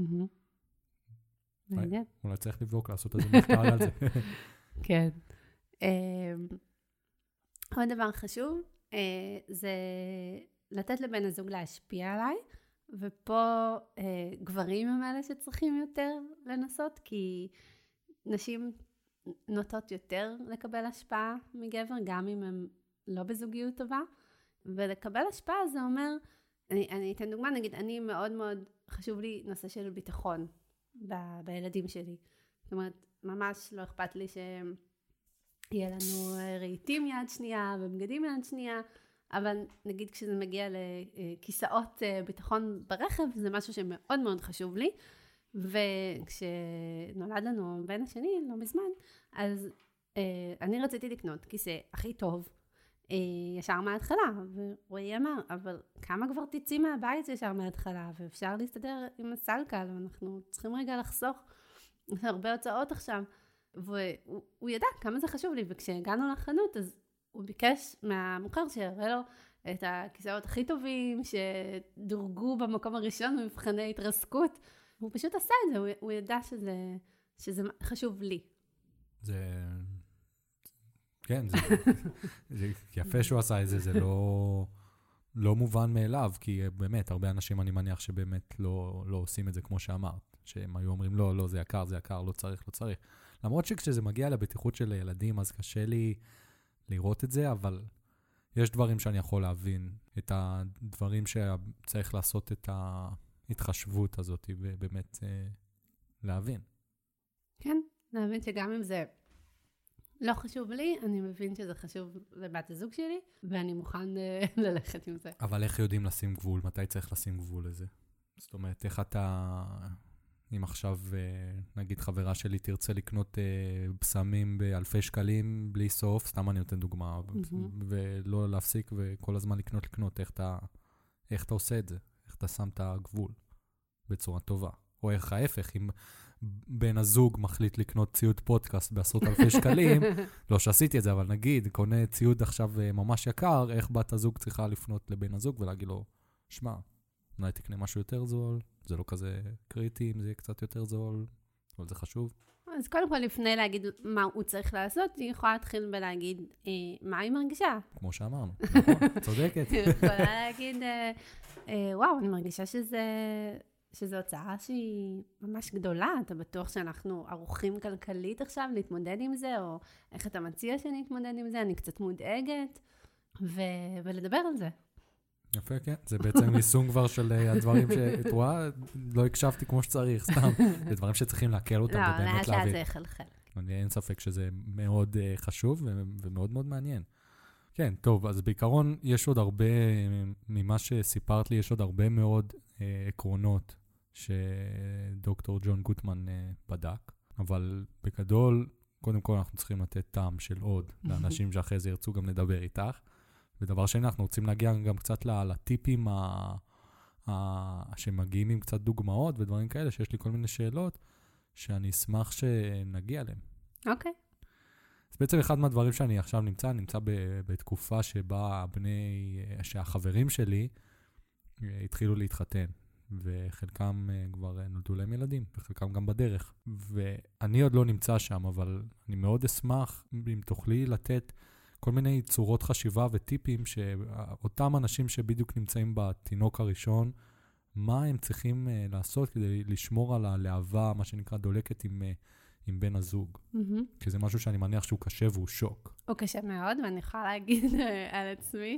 אולי צריך לבדוק, לעשות איזה מחקר על זה. כן. עוד דבר חשוב, זה לתת לבן הזוג להשפיע עליי, ופה גברים הם אלה שצריכים יותר לנסות, כי נשים נוטות יותר לקבל השפעה מגבר, גם אם הם לא בזוגיות טובה, ולקבל השפעה זה אומר, אני אתן דוגמה, נגיד, אני מאוד מאוד חשוב לי נושא של ביטחון, בילדים שלי. זאת אומרת, ממש לא אכפת לי שיהיה לנו רהיטים יד שנייה ובגדים יד שנייה, אבל נגיד כשזה מגיע לכיסאות ביטחון ברכב, זה משהו שמאוד מאוד חשוב לי, וכשנולד לנו בן השני, לא מזמן, אז אני רציתי לקנות כיסא הכי טוב, ישר מההתחלה, ורועי אמר, אבל כמה כבר תצאי מהבית ישר מההתחלה, ואפשר להסתדר עם הסלקל, ואנחנו צריכים רגע לחסוך הרבה הוצאות עכשיו, והוא ידע כמה זה חשוב לי, וכשהגענו לחנות, אז הוא ביקש מהמוכר שיראה לו את הכיסאות הכי טובים, שדורגו במקום הראשון במבחני התרסקות, הוא פשוט עשה את זה, הוא ידע שזה חשוב לי. כן, זה יפה שהוא עשה את זה, זה לא מובן מאליו, כי באמת, הרבה אנשים אני מניח שבאמת לא עושים את זה כמו שאמרת, שהם היו אומרים, לא, זה יקר, לא צריך. למרות שכשזה מגיע לבטיחות של ילדים, אז קשה לי לראות את זה, אבל יש דברים שאני יכול להבין, את הדברים שצריך לעשות את ההתחשבות הזאת, ובאמת להבין. כן, להבין שגם אם זה לא חשוב לי, אני מבין שזה חשוב לבת הזוג שלי, ואני מוכן ללכת עם זה. אבל איך יודעים לשים גבול? מתי צריך לשים גבול לזה? זאת אומרת, איך אתה אם עכשיו, נגיד, חברה שלי תרצה לקנות בשמים באלפי שקלים בלי סוף, סתם אני נותן דוגמה, ולא להפסיק וכל הזמן לקנות, איך אתה עושה את זה? איך אתה שם את הגבול בצורה טובה? או איך ההפך, אם בן הזוג מחליט לקנות ציוד פודקאסט בעשרות אלפי שקלים, לא שעשיתי את זה, אבל נגיד, קונה ציוד עכשיו ממש יקר, איך בת הזוג צריכה לפנות לבן הזוג ולהגיד לו, שמע, אולי תקנה משהו יותר זול, זה לא כזה קריטי, אם זה יהיה קצת יותר זול, אבל זה חשוב. אז קודם כל, לפני להגיד מה הוא צריך לעשות, היא יכולה להתחיל בלהגיד מה היא מרגישה. כמו שאמרנו, נכון, צודקת. היא יכולה להגיד, וואו, אני מרגישה שזו הוצאה שהיא ממש גדולה, אתה בטוח שאנחנו ערוכים כלכלית עכשיו להתמודד עם זה, או איך אתה מציע שאני אתמודד עם זה, אני קצת מודאגת, ולדבר על זה. יפה, כן. זה בעצם יישום כבר של הדברים שאת רואה, לא הקשבתי כמו שצריך, סתם. זה דברים שצריכים להקל אותם ובאמת להבין. לא, זה יחלחל. אין ספק שזה מאוד חשוב ומאוד מאוד מעניין. כן, טוב, אז בעיקרון יש עוד הרבה, ממה שסיפרת לי, יש עוד הרבה מאוד עקרונות שדוקטור ג'ון גוטמן בדק, אבל בגדול, קודם כל אנחנו צריכים לתת טעם של עוד לאנשים שאחרי זה ירצו גם לדבר איתך. ודבר שני, אנחנו רוצים להגיע גם קצת לטיפים שמגיעים עם קצת דוגמאות ודברים כאלה, שיש לי כל מיני שאלות שאני אשמח שנגיע אליהם. אוקיי. אז בעצם אחד מהדברים שאני עכשיו נמצא בתקופה שבה שהחברים שלי התחילו להתחתן, וחלקם כבר נולדו להם ילדים, וחלקם גם בדרך. ואני עוד לא נמצא שם, אבל אני מאוד אשמח אם תוכלי לתת כל מיני צורות חשיבה וטיפים שאותם אנשים שבדיוק נמצאים בתינוק הראשון, מה הם צריכים לעשות כדי לשמור על הלהבה, מה שנקרא דולקת עם בן הזוג. כי זה משהו שאני מניח שהוא קשה והוא שוק. הוא קשה מאוד, ואני יכולה להגיד על עצמי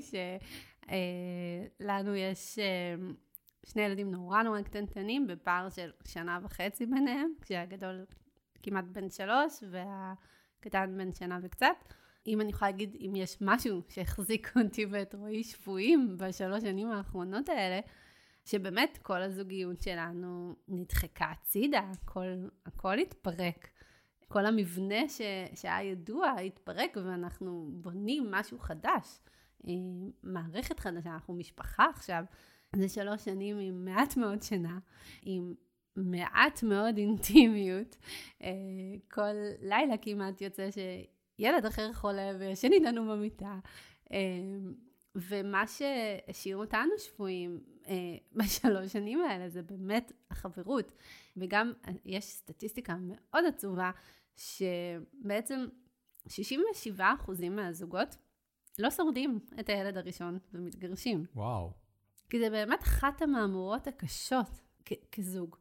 שלנו יש שני ילדים נורא קטנטנים, בפער של 1.5 שנה ביניהם, כשהגדול כמעט בן 3 והקטן בן 1 שנה וקצת. אם אני יכולה להגיד, אם יש משהו שהחזיק אותי ואת רואי שפויים ב3 שנים האחרונות האלה, שבאמת כל הזוגיות שלנו נדחקה הצידה, הכל התפרק. כל המבנה שהיה ידוע התפרק, ואנחנו בונים משהו חדש. מערכת חדשה, אנחנו משפחה עכשיו. זה 3 שנים עם מעט מאוד שנה, עם מעט מאוד אינטימיות. כל לילה כמעט יוצא ילד אחר חולה וישן איתנו במיטה, ומה שהשאיר אותנו שפויים ב3 שנים האלה זה באמת החברות, וגם יש סטטיסטיקה מאוד עצובה, שבעצם 67% מהזוגות לא שורדים את הילד הראשון ומתגרשים. וואו. כי זה באמת אחת המאמורות הקשות כזוג.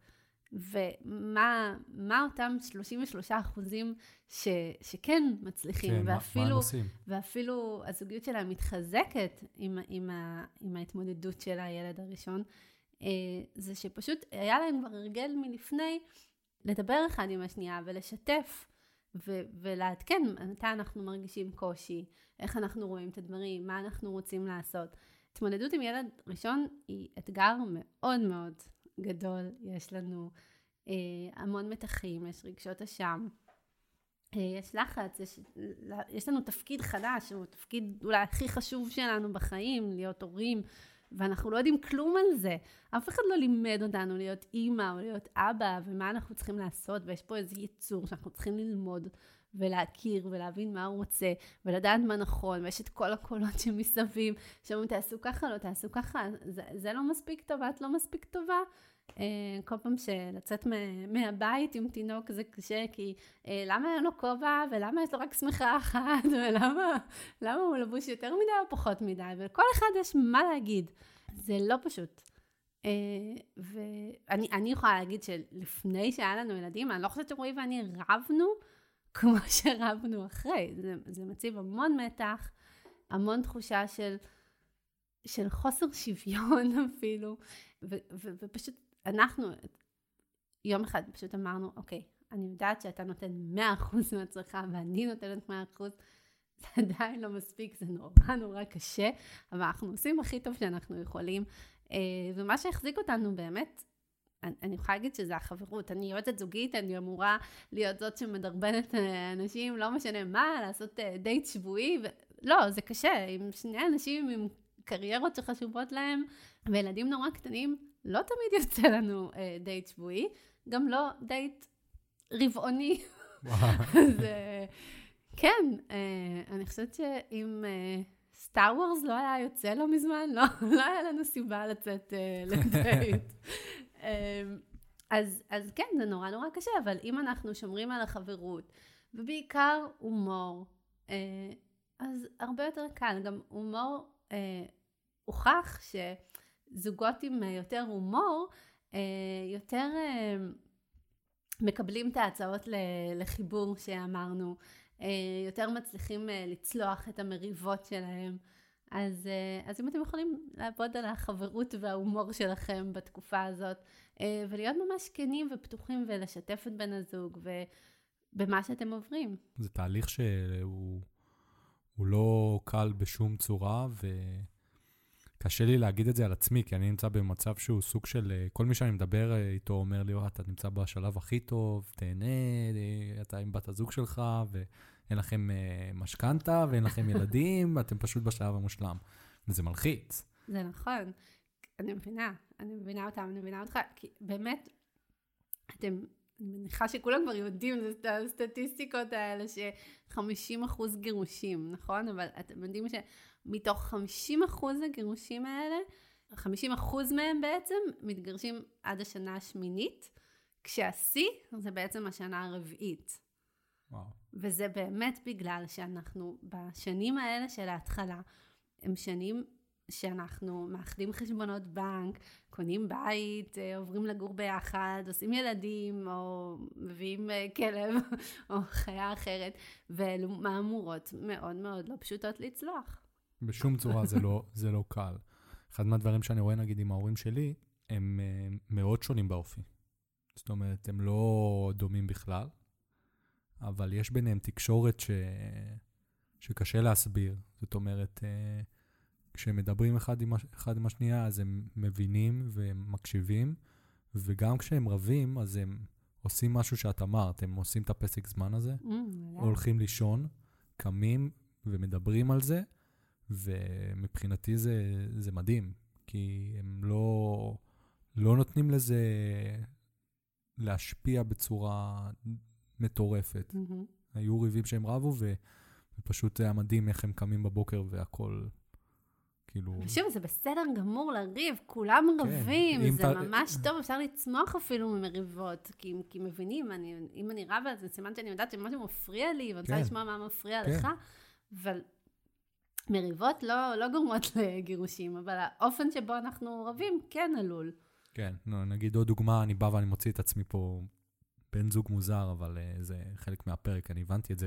ומה אותם 33% שכן מצליחים, ואפילו הזוגיות שלהם מתחזקת עם ההתמודדות של הילד הראשון, זה שפשוט היה להם כבר הרגל מלפני לדבר אחד עם השנייה ולשתף ולעדכן מתי אנחנו מרגישים קושי, איך אנחנו רואים את הדברים, מה אנחנו רוצים לעשות. התמודדות עם ילד ראשון היא אתגר מאוד מאוד גדול, יש לנו המון מתחים, יש רגשות אשם, יש לחץ, יש לנו תפקיד חדש, הוא תפקיד אולי הכי חשוב שלנו בחיים, להיות הורים, ואנחנו לא יודעים כלום על זה. אף אחד לא לימד אותנו להיות אימא או להיות אבא, ומה אנחנו צריכים לעשות, ויש פה איזה יצור שאנחנו צריכים ללמוד ולהכיר ולהבין מה הוא רוצה, ולדעת מה נכון, ויש את כל הקולות שמסביב, שאומרים תעשו ככה, לא תעשו ככה, זה לא מספיק טובה, את לא מספיק טובה. כל פעם שלצאת מהבית עם תינוק זה קשה, כי למה אין לו כובע, ולמה יש לו רק שמחה אחת, ולמה הוא לבוש יותר מדי או פחות מדי, ולכל אחד יש מה להגיד. זה לא פשוט. ואני יכולה להגיד שלפני שהיה לנו ילדים, אני לא חושבת שרועי ואני רבנו, כמו שרבנו אחרי. זה מציב המון מתח, המון תחושה של חוסר שוויון אפילו, ופשוט אנחנו יום אחד פשוט אמרנו, אוקיי, אני יודעת שאתה נותן 100% מעצמך, ואני נותנת 100%, זה עדיין לא מספיק, זה נורא קשה, אבל אנחנו עושים הכי טוב שאנחנו יכולים, ומה שהחזיק אותנו באמת, אני יכולה להגיד שזה החברות. אני יועצת זוגית, אני אמורה להיות זאת שמדרבנת אנשים, לא משנה מה, לעשות דייט שבועי. לא, זה קשה. עם שני אנשים עם קריירות שחשובות להם, וילדים נורא קטנים, לא תמיד יוצא לנו דייט שבועי, גם לא דייט רבעוני. אז כן, אני חושבת שאם סטאר וורס לא היה יוצא לו מזמן, לא היה לנו סיבה לצאת לדייט. אז כן, זה נורא נורא קשה, אבל אם אנחנו שומרים על החברות, ובעיקר הומור, אז הרבה יותר קל. גם הומור הוכח שזוגות עם יותר הומור, יותר מקבלים את ההצעות לחיבור שאמרנו, יותר מצליחים לצלוח את המריבות שלהם. אז אם אתם יכולים לעבוד על החברות וההומור שלכם בתקופה הזאת, ולהיות ממש כנים ופתוחים ולשתף את בן הזוג ובמה שאתם עוברים. זה תהליך שהוא לא קל בשום צורה, וקשה לי להגיד את זה על עצמי, כי אני נמצא במצב שהוא סוג של, כל מי שאני מדבר איתו אומר לי, אתה נמצא בשלב הכי טוב, תהנה, אתה עם בת הזוג שלך, ואין לכם משכנתה, ואין לכם ילדים, אתם פשוט בשלב המושלם. וזה מלחיץ. זה נכון. אני מבינה אותך, כי באמת, אני מניחה שכולם כבר יודעים את הסטטיסטיקות האלה, ש50% גירושים, נכון? אבל אתם יודעים שמתוך 50% הגירושים האלה, 50% מהם בעצם מתגרשים עד השנה השמינית, כשהשיא זה בעצם השנה הרביעית. וואו. וזה באמת בגלל שאנחנו בשנים האלה של ההתחלה, הם שנים שאנחנו מאחדים חשבונות בנק, קונים בית, עוברים לגור ביחד, עושים ילדים, או מביאים כלב, או חיה אחרת, ואלו מהמורות מאוד מאוד לא פשוטות לצלוח. בשום צורה זה לא קל. אחד מהדברים שאני רואה נגיד עם ההורים שלי, הם מאוד שונים באופי. זאת אומרת, הם לא דומים בכלל, אבל יש ביניהם תקשורת שקשה להסביר. זאת אומרת, כשהם מדברים אחד עם השנייה, אז הם מבינים והם מקשיבים, וגם כשהם רבים, אז הם עושים משהו שאת אמרת, הם עושים את הפסק זמן הזה, הולכים לישון, קמים ומדברים על זה, ומבחינתי זה מדהים, כי הם לא נותנים לזה להשפיע בצורה מטורפת. היו ריבים שהם רבו, ופשוט היה מדהים איך הם קמים בבוקר והכל כאילו... ושוב, זה בסדר גמור לריב, כולם רבים, זה ממש טוב, אפשר לצמוח אפילו ממריבות, כי מבינים, אם אני רבה, זה סימן שאני יודעת שמשהו מפריע לי, ואני רוצה לשמוע מה מפריע לך, אבל מריבות לא גורמות לגירושים, אבל האופן שבו אנחנו רבים כן עלול. כן, נגיד עוד דוגמה, אני בא ואני מוציא את עצמי פה בן זוג מוזר, אבל זה חלק מהפרק, אני הבנתי את זה.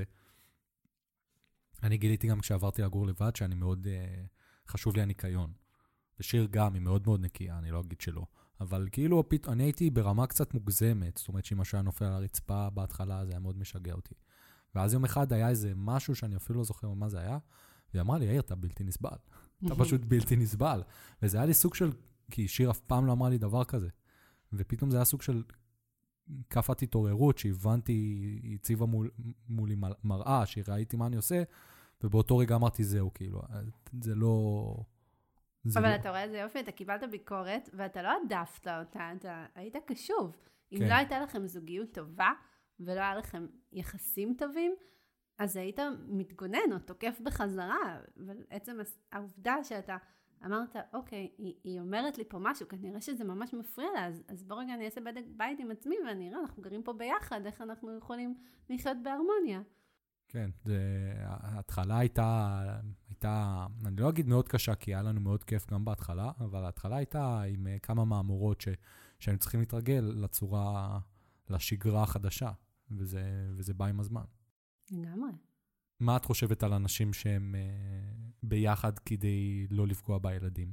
אני גיליתי גם כשעברתי לגור לבד, שאני מאוד... חשוב לי הניקיון. ושיר גם, היא מאוד מאוד נקייה, אני לא אגיד שלא. אבל כאילו, אני הייתי ברמה קצת מוגזמת, זאת אומרת שאם משהו היה נופל על הרצפה בהתחלה, זה היה מאוד משגע אותי. ואז יום אחד היה איזה משהו שאני אפילו לא זוכר מה זה היה, והיא אמרה לי, יאיר, אתה בלתי נסבל. אתה פשוט בלתי נסבל. וזה היה לי סוג של, כי שיר אף פעם לא אמרה לי דבר כזה. ופתאום זה היה סוג של קפת התעוררות, שהבנתי, היא הציבה מולי מראה, שראיתי מה אני עושה, ובאותו רגע אמרתי, זהו, כאילו, זה לא... אבל אתה רואה איזה יופי, אתה קיבלת ביקורת, ואתה לא עדפת אותה, אתה היית קשוב. אם לא הייתה לכם זוגיות טובה, ולא היה לכם יחסים טובים, אז היית מתגונן או תוקף בחזרה, אבל עצם העובדה שאתה אמרת, אוקיי, היא אומרת לי פה משהו, כנראה שזה ממש מפריע לה, אז בוא רגע אני אעשה בדק בית עם עצמי, ואני אראה, אנחנו גרים פה ביחד, איך אנחנו יכולים לחיות בהרמוניה. כן, ההתחלה הייתה, אני לא אגיד מאוד קשה, כי היה לנו מאוד כיף גם בהתחלה, אבל ההתחלה הייתה עם כמה מאמורות שהיינו צריכים להתרגל לצורה, לשגרה החדשה, וזה בא עם הזמן. לגמרי. מה את חושבת על אנשים שהם ביחד כדי לא לפגוע בילדים?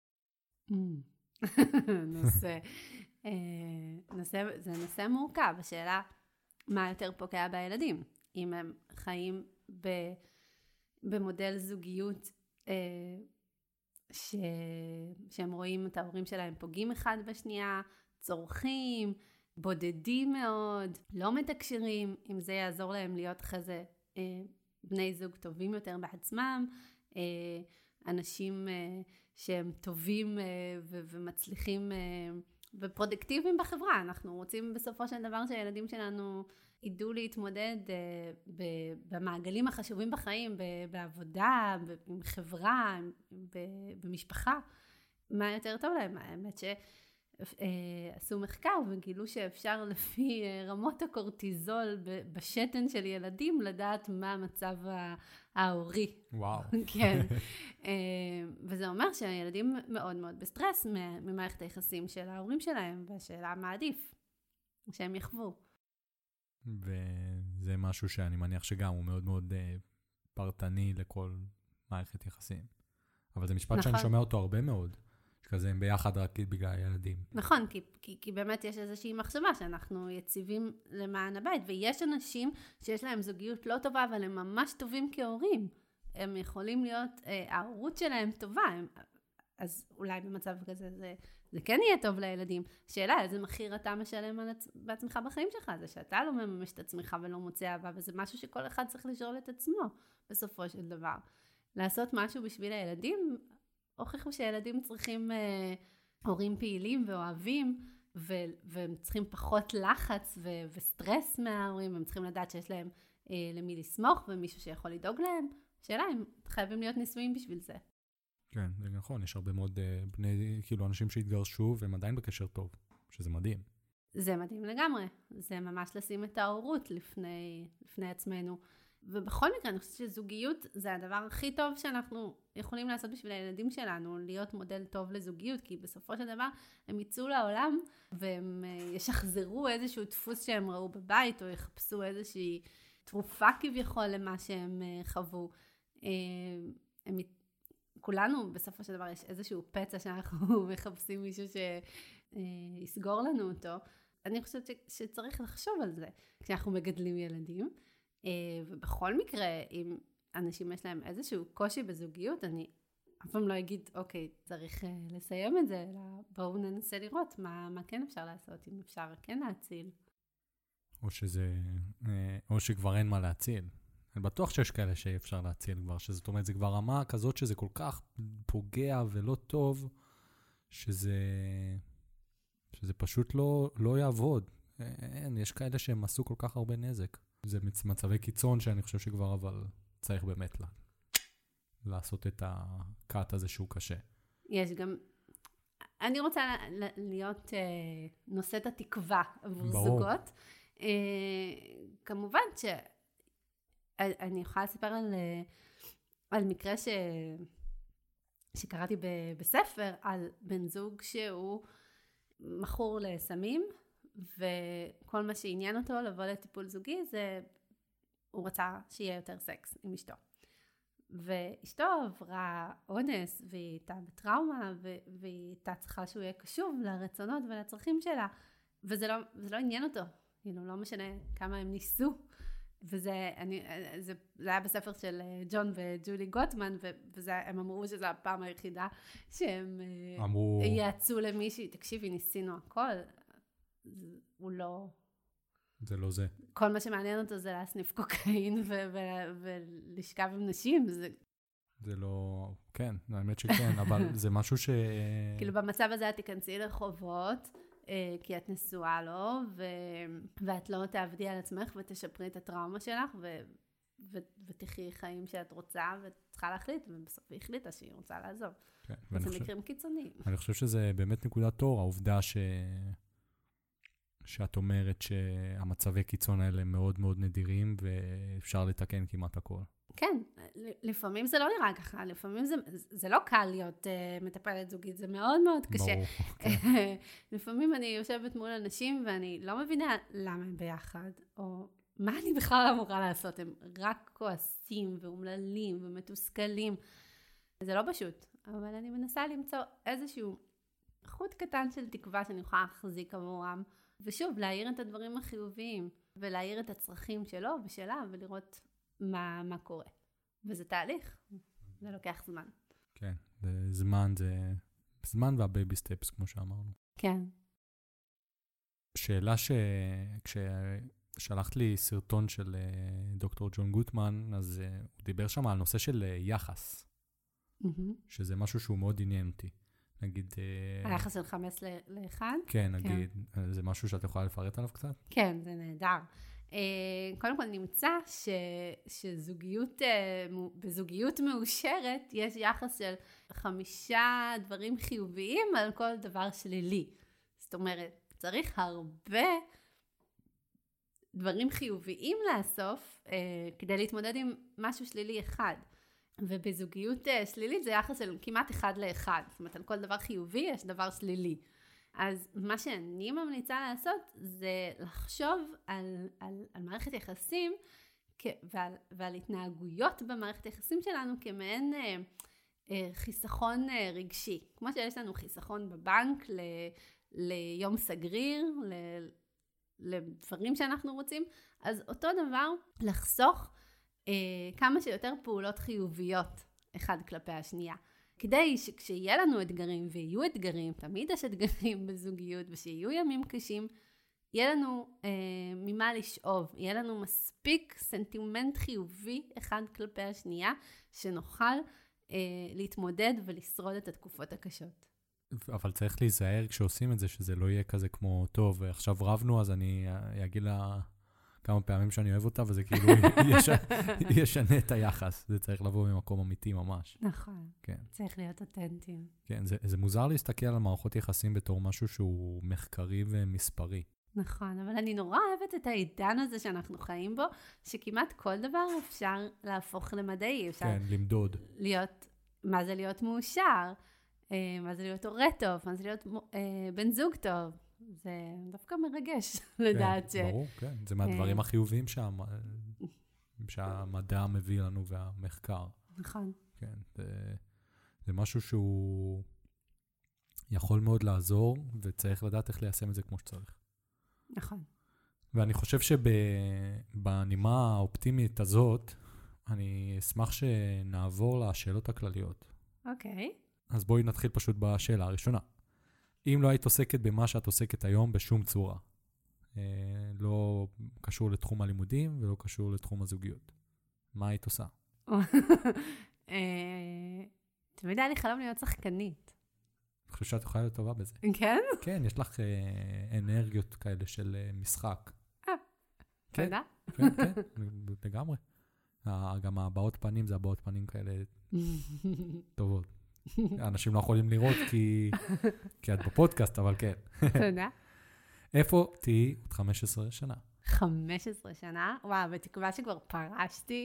זה נושא מורכב, השאלה מה יותר פוגע בילדים. אם הם חיים במודל זוגיות שהם רואים את ההורים שלהם פוגעים אחד בשנייה, צורכים, בודדים מאוד, לא מתקשרים, אם זה יעזור להם להיות אחרי זה בני זוג טובים יותר בעצמם, אנשים שהם טובים ומצליחים ופרודקטיביים בחברה. אנחנו רוצים בסופו של דבר שהילדים שלנו ידעו להתמודד במעגלים החשובים בחיים, בעבודה, עם חברה, במשפחה. מה יותר טוב להם? האמת שעשו מחקר וגילו שאפשר לפי רמות הקורטיזול בשתן של ילדים לדעת מה המצב ההורי. וואו. כן. וזה אומר שהילדים מאוד מאוד בסטרס ממערכת היחסים של ההורים שלהם, והשאלה מה עדיף, שהם יחוו. וזה משהו שאני מניח שגם הוא מאוד מאוד פרטני לכל מערכת יחסים. אבל זה משפט שאני שומע אותו הרבה מאוד, שכזה הם ביחד רק בגלל הילדים. נכון, כי באמת יש איזושהי מחשבה שאנחנו יציבים למען הבית, ויש אנשים שיש להם זוגיות לא טובה, אבל הם ממש טובים כהורים. הם יכולים להיות, ההורות שלהם טובה, אז אולי במצב כזה זה כן יהיה טוב לילדים. שאלה, איזה מחיר אתה משלם בעצמך בחיים שלך? זה שאתה לא מממש את עצמך ולא מוצא אהבה, וזה משהו שכל אחד צריך לשאול את עצמו בסופו של דבר. לעשות משהו בשביל הילדים, הוכיחו שילדים צריכים הורים פעילים ואוהבים, והם צריכים פחות לחץ וסטרס מההורים, הם צריכים לדעת שיש להם למי לסמוך ומישהו שיכול לדאוג להם. שאלה, הם חייבים להיות נישואים בשביל זה. כן, זה נכון, יש הרבה מאוד כאילו אנשים שהתגרשו והם עדיין בקשר טוב, שזה מדהים. זה מדהים לגמרי, זה ממש לשים את ההורות לפני עצמנו. ובכל מקרה, אני חושבת שזוגיות זה הדבר הכי טוב שאנחנו יכולים לעשות בשביל הילדים שלנו, להיות מודל טוב לזוגיות, כי בסופו של דבר הם יצאו לעולם והם ישחזרו איזשהו דפוס שהם ראו בבית, או יחפשו איזושהי תרופה כביכול למה שהם חוו. כולנו בסופו של דבר יש איזשהו פצע שאנחנו מחפשים מישהו שיסגור לנו אותו. אני חושבת שצריך לחשוב על זה כשאנחנו מגדלים ילדים. ובכל מקרה, אם אנשים יש להם איזשהו קושי בזוגיות, אני אף פעם לא אגיד, אוקיי, צריך לסיים את זה, אלא בואו ננסה לראות מה כן אפשר לעשות, אם אפשר כן להציל. או שכבר אין מה להציל. אני בטוח שיש כאלה שאפשר להציל כבר, זאת אומרת, זה כבר רמה כזאת שזה כל כך פוגע ולא טוב, שזה פשוט לא יעבוד. יש כאלה שהם עשו כל כך הרבה נזק. זה מצבי קיצון שאני חושב שכבר אבל צריך באמת לעשות את הקאט הזה שהוא קשה. יש גם, אני רוצה להיות נושאת התקווה עבור זוגות. כמובן שאני יכולה לספר על מקרה שקראתי בספר, על בן זוג שהוא מכור לסמים, וכל מה שעניין אותו לבוא לטיפול זוגי זה, הוא רצה שיהיה יותר סקס עם אשתו. ואשתו עברה אונס, והיא הייתה בטראומה, והיא הייתה צריכה שהוא יהיה קשוב לרצונות ולצרכים שלה, וזה לא עניין אותו, לא משנה כמה הם ניסו. זה היה בספר של ג'ון וג'ולי גוטמן, והם אמרו שזו הפעם היחידה שהם יעצו למישהי, תקשיבי, ניסינו הכל, הוא לא... זה לא זה. כל מה שמעניין אותו זה להסניף קוקאין ולשכב עם נשים. זה לא... כן, האמת שכן, אבל זה משהו ש... כאילו במצב הזה את תיכנסי לרחובות, כי את נשואה לו, ואת לא תעבדי על עצמך ותשפרי את הטראומה שלך, ותחי חיים שאת רוצה, וצריכה להחליט, ובסוף היא החליטה שהיא רוצה לעזוב. כן, זה מקרים קיצוניים. אני חושב שזה באמת נקודת אור, העובדה שאת אומרת שהמצבי קיצון האלה מאוד מאוד נדירים, ואפשר לתקן כמעט הכל. כן, לפעמים זה לא נראה ככה, לפעמים זה לא קל להיות מטפלת זוגית, זה מאוד מאוד קשה. ברור, כן. לפעמים אני יושבת מול אנשים ואני לא מבינה למה הם ביחד, או מה אני בכלל אמורה לעשות, הם רק כועסים ואומללים ומתוסכלים. זה לא פשוט, אבל אני מנסה למצוא איזשהו חוט קטן של תקווה שאני יכולה להחזיק עבורם, ושוב, להעיר את הדברים החיוביים, ולהעיר את הצרכים שלו ושלה, ולראות מה קורה. וזה תהליך, זה לוקח זמן. כן, זה זמן והבייבי סטפס, כמו שאמרנו. כן. שאלה כששלחת לי סרטון של דוקטור ג'ון גוטמן, אז הוא דיבר שם על נושא של יחס, שזה משהו שהוא מאוד עניין אותי. נגיד... היחס של 5:1? כן, נגיד, זה משהו שאת יכולה לפרט עליו קצת? כן, זה נהדר. קודם כל נמצא שבזוגיות מאושרת יש יחס של 5 דברים חיוביים על כל דבר שלילי. זאת אומרת, צריך הרבה דברים חיוביים לאסוף כדי להתמודד עם משהו שלילי אחד. ובזוגיות שלילית זה יחס של כמעט 1:1. זאת אומרת, על כל דבר חיובי יש דבר שלילי. אז מה שאני ממליצה לעשות זה לחשוב על מערכת יחסים ועל התנהגויות במערכת יחסים שלנו כמעין חיסכון רגשי. כמו שיש לנו חיסכון בבנק ליום סגריר, לדברים שאנחנו רוצים, אז אותו דבר לחסוך כמה שיותר פעולות חיוביות אחד כלפי השנייה. כדי שכשיהיה לנו אתגרים, ויהיו אתגרים, תמיד יש אתגרים בזוגיות, ושיהיו ימים קשים, יהיה לנו ממה לשאוב, יהיה לנו מספיק סנטימנט חיובי אחד כלפי השנייה, שנוכל להתמודד ולשרוד את התקופות הקשות. אבל צריך להיזהר כשעושים את זה, שזה לא יהיה כזה כמו, טוב, עכשיו רבנו, אז אני אגיד לה כמה פעמים שאני אוהב אותה, וזה כאילו ישנה את היחס. זה צריך לבוא ממקום אמיתי ממש. נכון. כן. צריך להיות אותנטיים. כן, זה מוזר להסתכל על מערכות יחסים בתור משהו שהוא מחקרי ומספרי. נכון, אבל אני נורא אוהבת את העידן הזה שאנחנו חיים בו, שכמעט כל דבר אפשר להפוך למדעי. כן, למדוד. מה זה להיות מאושר? מה זה להיות הורה טוב? מה זה להיות בן זוג טוב? זה דווקא מרגש לדעת ש... ברור, כן. זה מהדברים החיוביים שהמדע מביא לנו והמחקר. נכון. כן, זה משהו שהוא יכול מאוד לעזור, וצריך לדעת איך ליישם את זה כמו שצריך. נכון. ואני חושב שבנימה האופטימית הזאת, אני אשמח שנעבור לשאלות הכלליות. אוקיי. אז בואי נתחיל פשוט בשאלה הראשונה. אם לא היית עוסקת במה שאת עוסקת היום בשום צורה, לא קשור לתחום הלימודים ולא קשור לתחום הזוגיות, מה היית עושה? תמיד היה לי חלום להיות שחקנית. אני חושב שאת יכולה להיות טובה בזה. כן? כן, יש לך אנרגיות כאלה של משחק. תודה. כן, כן, לגמרי. גם הבעות פנים זה הבעות פנים כאלה טובות. אנשים לא יכולים לראות כי את בפודקאסט, אבל כן. תודה. איפה תהיי עוד 15 שנה? 15 שנה? וואו, בתקווה שכבר פרשתי.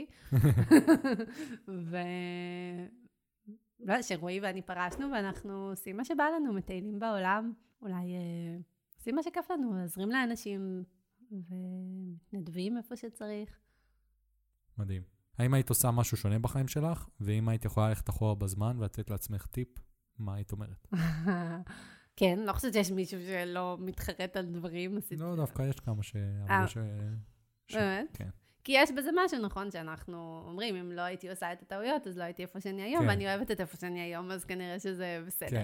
שרועי ואני פרשנו, ואנחנו עושים מה שבא לנו, מטיילים בעולם. אולי עושים מה שכיף לנו, עזרים לאנשים ונדבים איפה שצריך. מדהים. האם היית עושה משהו שונה בחיים שלך? ואם היית יכולה ללכת אחורה בזמן ולתת לעצמך טיפ, מה היית אומרת? כן, לא חושבת שיש מישהו שלא מתחרט על דברים. לא, דווקא יש כמה שאמרו באמת? כן. כי יש בזה משהו, נכון, שאנחנו אומרים, אם לא הייתי עושה את הטעויות, אז לא הייתי איפה שאני היום, ואני אוהבת את איפה שאני היום, אז כנראה שזה בסדר.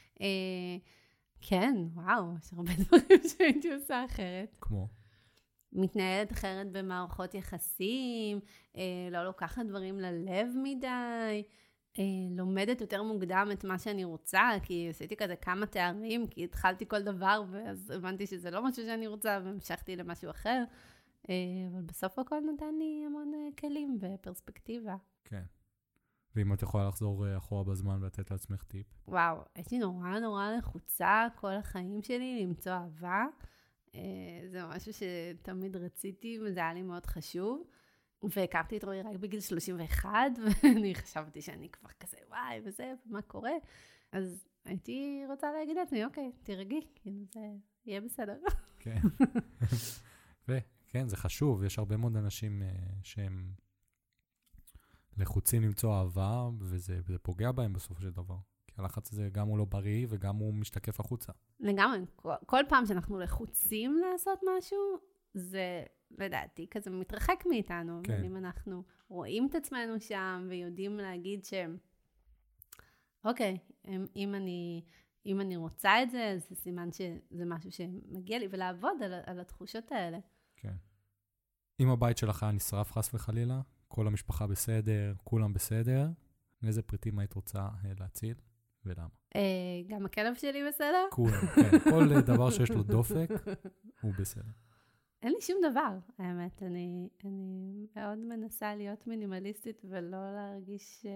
כן, וואו, יש הרבה דברים שהייתי עושה אחרת. כמו? מתנהלת אחרת במערכות יחסים, לא לוקחת דברים ללב מדי, לומדת יותר מוקדם את מה שאני רוצה, כי עשיתי כזה כמה תארים, כי התחלתי כל דבר, ואז הבנתי שזה לא משהו שאני רוצה, והמשכתי למשהו אחר. אבל בסוף הכל נתן לי המון כלים ופרספקטיבה. כן. ואם את יכולה לחזור אחורה בזמן ולתת לעצמך טיפ? וואו, הייתי נורא לחוצה כל החיים שלי למצוא אהבה. זה משהו שתמיד רציתי, וזה היה לי מאוד חשוב. והכרתי את רועי רק בגיל 31, ואני חשבתי שאני כבר כזה, וואי, וזה, ומה קורה? אז הייתי רוצה להגיד לעצמי, אוקיי, תירגעי, כאילו זה יהיה בסדר. כן. וכן, זה חשוב, יש הרבה מאוד אנשים שהם לחוצים למצוא אהבה, וזה פוגע בהם בסופו של דבר. כי הלחץ הזה גם הוא לא בריא, וגם הוא משתקף החוצה. לגמרי, כל פעם שאנחנו לחוצים לעשות משהו, זה, לדעתי, כזה מתרחק מאיתנו. כן. אם אנחנו רואים את עצמנו שם, ויודעים להגיד ש... אוקיי, אם אם אני רוצה את זה, זה סימן שזה משהו שמגיע לי, ולעבוד על התחושות האלה. כן. אם הבית שלך היה נשרף חס וחלילה, כל המשפחה בסדר, כולם בסדר, איזה פריטים היית רוצה להציל ולמה? גם הכלב שלי בסדר? כולם, כן. כל דבר שיש לו דופק, הוא בסדר. אין לי שום דבר, האמת. אני מאוד מנסה להיות מינימליסטית ולא להרגיש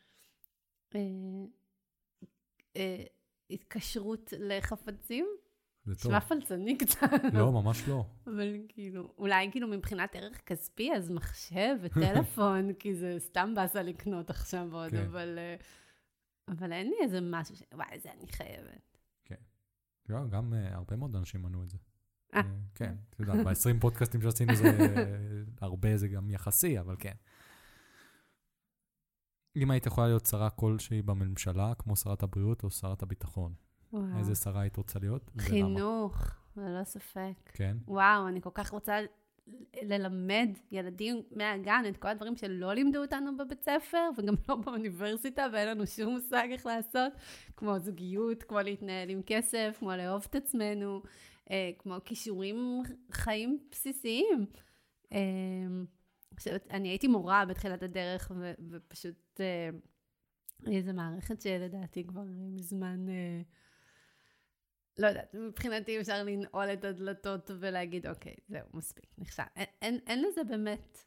התקשרות לחפצים. זה טוב. נשמע פלצני קצת. לא, ממש לא. אבל כאילו, אולי כאילו מבחינת ערך כספי, אז מחשב וטלפון, כי זה סתם באסה לקנות עכשיו עוד, אבל אין לי איזה משהו וואי, זה אני חייבת. כן. גם הרבה מאוד אנשים מנו את זה. כן, אתה יודע, ב-20 פודקאסטים שעשינו זה הרבה, זה גם יחסי, אבל כן. אם היית יכולה להיות שרה כלשהי בממשלה, כמו שרת הבריאות או שרת הביטחון, איזה שרה היית רוצה להיות? חינוך, ללא ספק. כן. וואו, אני כל כך רוצה ללמד ילדים מהגן את כל הדברים שלא לימדו אותנו בבית ספר, וגם לא באוניברסיטה, ואין לנו שום מושג איך לעשות, כמו זוגיות, כמו להתנהל עם כסף, כמו לאהוב את עצמנו, כמו כישורים חיים בסיסיים. אני הייתי מורה בתחילת הדרך, ופשוט איזו מערכת שלדעתי כבר מזמן, לא יודעת, מבחינתי אפשר לנעול את הדלתות ולהגיד, אוקיי, זהו, מספיק, נכשל. אין לזה באמת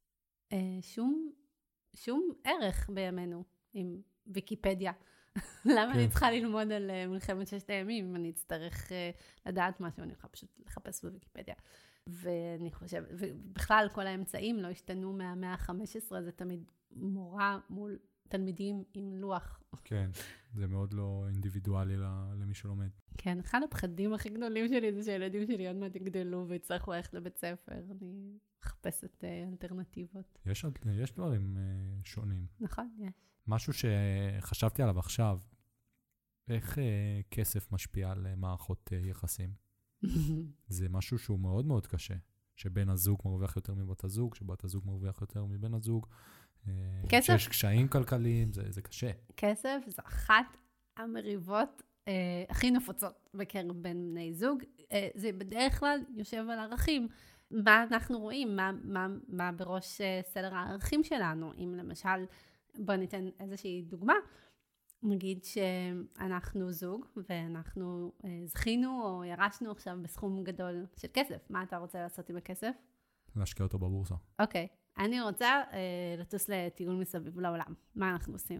שום ערך בימינו עם ויקיפדיה. למה אני צריכה ללמוד על מלחמת ששת הימים, אם אני אצטרך לדעת משהו, אני יכולה פשוט לחפש בוויקיפדיה. ואני חושבת, ובכלל כל האמצעים לא השתנו מהמאה ה-15, זה תמיד מורה מול תלמידים עם לוח. כן, זה מאוד לא אינדיבידואלי למי שלומד. כן, אחד הפחדים הכי גדולים שלי זה שהילדים שלי עוד מעט יגדלו ויצטרכו ללכת לבית ספר. אני מחפשת אלטרנטיבות. יש דברים שונים. נכון, יש. משהו שחשבתי עליו עכשיו, איך כסף משפיע על מערכות יחסים? זה משהו שהוא מאוד מאוד קשה, שבן הזוג מרוויח יותר מבת הזוג, שבת הזוג מרוויח יותר מבן הזוג, שיש קשיים כלכליים, זה קשה. כסף זה אחת המריבות הכי נפוצות בקרב בין בני זוג. זה בדרך כלל יושב על ערכים. מה אנחנו רואים? מה בראש סדר הערכים שלנו? אם למשל, בוא ניתן איזושהי דוגמה, נגיד שאנחנו זוג, ואנחנו זכינו או ירשנו עכשיו בסכום גדול של כסף. מה אתה רוצה לעשות עם הכסף? להשקיע אותו בבורסה. אוקיי. אני רוצה לטוס לטיול מסביב לעולם. מה אנחנו עושים?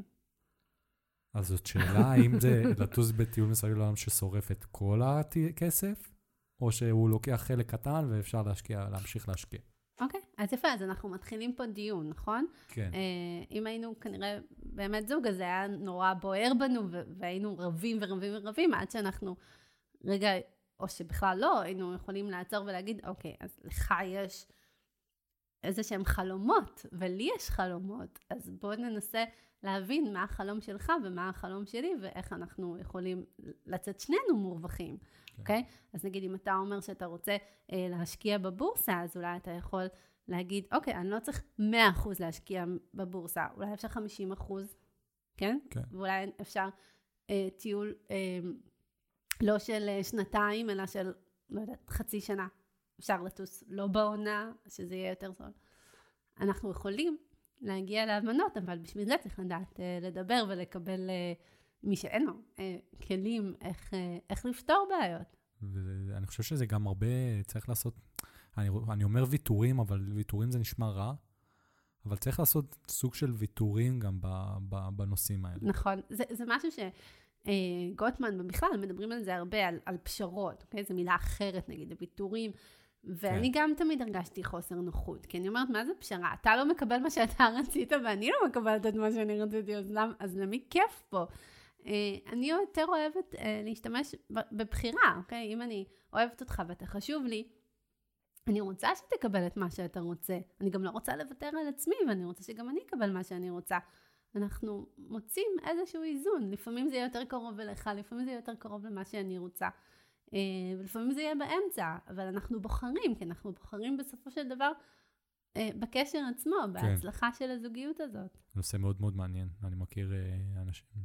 אז זאת שאלה, האם זה לטוס בטיול מסביב לעולם ששורף את כל הכסף, או שהוא לוקח חלק קטן ואפשר להמשיך להשקיע? אוקיי, אז יפה, אז אנחנו מתחילים פה דיון, נכון? כן. אם היינו כנראה באמת זוג, אז זה היה נורא בוער בנו, והיינו רבים ורבים ורבים, עד שאנחנו רגע, או שבכלל לא, היינו יכולים לעצור ולהגיד, אוקיי, אז לך יש איזה שהם חלומות, ולי יש חלומות, אז בואו ננסה להבין מה החלום שלך ומה החלום שלי, ואיך אנחנו יכולים לצאת שנינו מורווחים. אוקיי? אז נגיד, אם אתה אומר שאתה רוצה להשקיע בבורסה, אז אולי אתה יכול להגיד, אוקיי, אני לא צריך 100% להשקיע בבורסה, אולי אפשר 50%, כן? כן. ואולי אפשר טיול לא של שנתיים, אלא של, לא יודעת, חצי שנה. אפשר לטוס לא בעונה, שזה יהיה יותר זול. אנחנו יכולים להגיע להבנות, אבל בשביל זה צריך לדעת לדבר ולקבל מי שאין לו כלים איך לפתור בעיות. ואני חושב שזה גם הרבה צריך לעשות, אני אומר ויתורים, אבל ויתורים זה נשמע רע, אבל צריך לעשות סוג של ויתורים גם בנושאים האלה. נכון, זה משהו שגוטמן ובכלל מדברים על זה הרבה, על פשרות, אוקיי? זו מילה אחרת, נגיד, ויתורים, ואני גם תמיד הרגשתי חוסר נוחות, כי אני אומרת, מה זה פשרה? אתה לא מקבל מה שאתה רצית, ואני לא מקבלת את מה שאני רציתי, אז למי כיף פה? אני יותר אוהבת להשתמש בבחירה, אוקיי? אם אני אוהבת אותך ואתה חשוב לי, אני רוצה שתקבל את מה שאתה רוצה. אני גם לא רוצה לוותר על עצמי, ואני רוצה שגם אני אקבל מה שאני רוצה. אנחנו מוצאים איזשהו איזון. לפעמים זה יהיה יותר קרוב אליך, לפעמים זה יהיה יותר קרוב למה שאני רוצה. ולפעמים זה יהיה באמצע, אבל אנחנו בוחרים, כי אנחנו בוחרים בסופו של דבר בקשר עצמו, בהצלחה של הזוגיות הזאת. נושא מאוד מאוד מעניין. אני מכיר אנשים,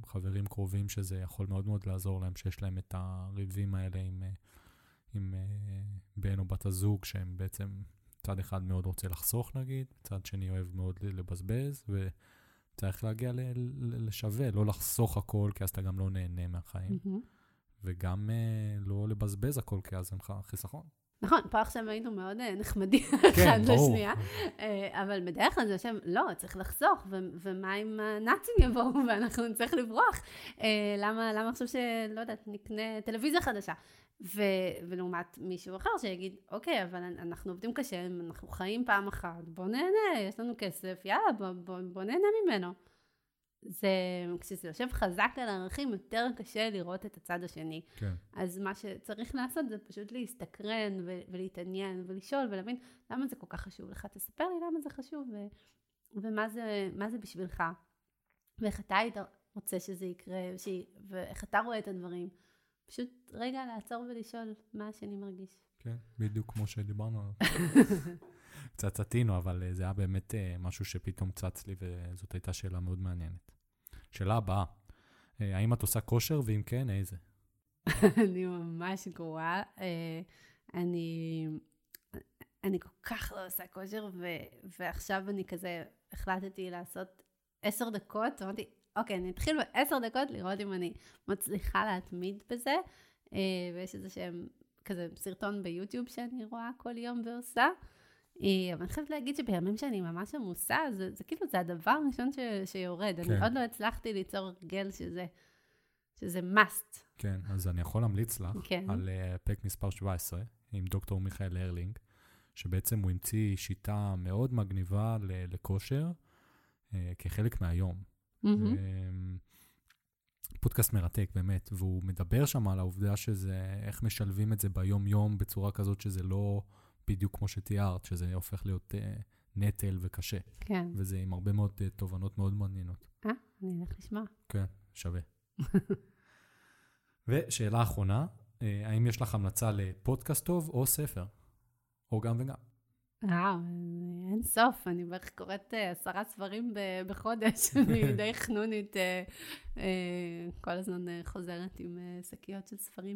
חברים קרובים שזה יכול מאוד מאוד לעזור להם, שיש להם את הריבים האלה עם בן או בת הזוג, שהם בעצם צד אחד מאוד רוצה לחסוך נגיד, צד שני אוהב מאוד לבזבז, וצריך להגיע לשווה, לא לחסוך הכל, כי אז אתה גם לא נהנה מהחיים, וגם לא לבזבז הכל, כי אז אין לך חיסכון. נכון, פה עכשיו היינו מאוד נחמדים אחד לשנייה, אבל בדרך כלל זה יושב, לא, צריך לחסוך, ומה אם הנאצים יבואו ואנחנו נצטרך לברוח? למה עכשיו שלא יודעת, נקנה טלוויזיה חדשה? ולעומת מישהו אחר שיגיד, אוקיי, אבל אנחנו עובדים קשה, אנחנו חיים פעם אחת, בוא נהנה, יש לנו כסף, יאללה, בוא נהנה ממנו. כשזה יושב חזק על הערכים, יותר קשה לראות את הצד השני. כן. אז מה שצריך לעשות זה פשוט להסתקרן ולהתעניין ולשאול ולהבין למה זה כל כך חשוב לך. תספר לי למה זה חשוב ומה זה בשבילך. ואיך אתה היית רוצה שזה יקרה, ואיך אתה רואה את הדברים. פשוט רגע לעצור ולשאול מה השני מרגיש. כן, בדיוק כמו שדיברנו עליו. קצת צטינו, אבל זה היה באמת משהו שפתאום צץ לי, וזאת הייתה שאלה מאוד מעניינת. שאלה הבאה, האם את עושה כושר, ואם כן, איזה? אני ממש גרועה. אני כל כך לא עושה כושר, ועכשיו אני כזה החלטתי לעשות 10 דקות, אמרתי, אוקיי, אני אתחיל ב10 דקות לראות אם אני מצליחה להתמיד בזה, ויש איזה שהם כזה סרטון ביוטיוב שאני רואה כל יום ועושה, אבל אני חייבת להגיד שבימים שאני ממש עמוסה, זה כאילו, זה הדבר הראשון שיורד. אני עוד לא הצלחתי ליצור גל שזה must. כן, אז אני יכול להמליץ לך על פרק מספר 17, עם דוקטור מיכאל הרלינג, שבעצם הוא המציא שיטה מאוד מגניבה לכושר, כחלק מהיום. פודקאסט מרתק באמת, והוא מדבר שם על העובדה שזה, איך משלבים את זה ביום יום, בצורה כזאת שזה לא בדיוק כמו שתיארת, שזה הופך להיות נטל וקשה. כן. וזה עם הרבה מאוד תובנות מאוד מעניינות. אני הולך לשמוע. כן, שווה. ושאלה אחרונה, האם יש לך המלצה לפודקאסט טוב או ספר? או גם וגם? אין סוף, אני בערך קוראת 10 ספרים בחודש, אני די חנונית, כל הזמן חוזרת עם שקיות של ספרים.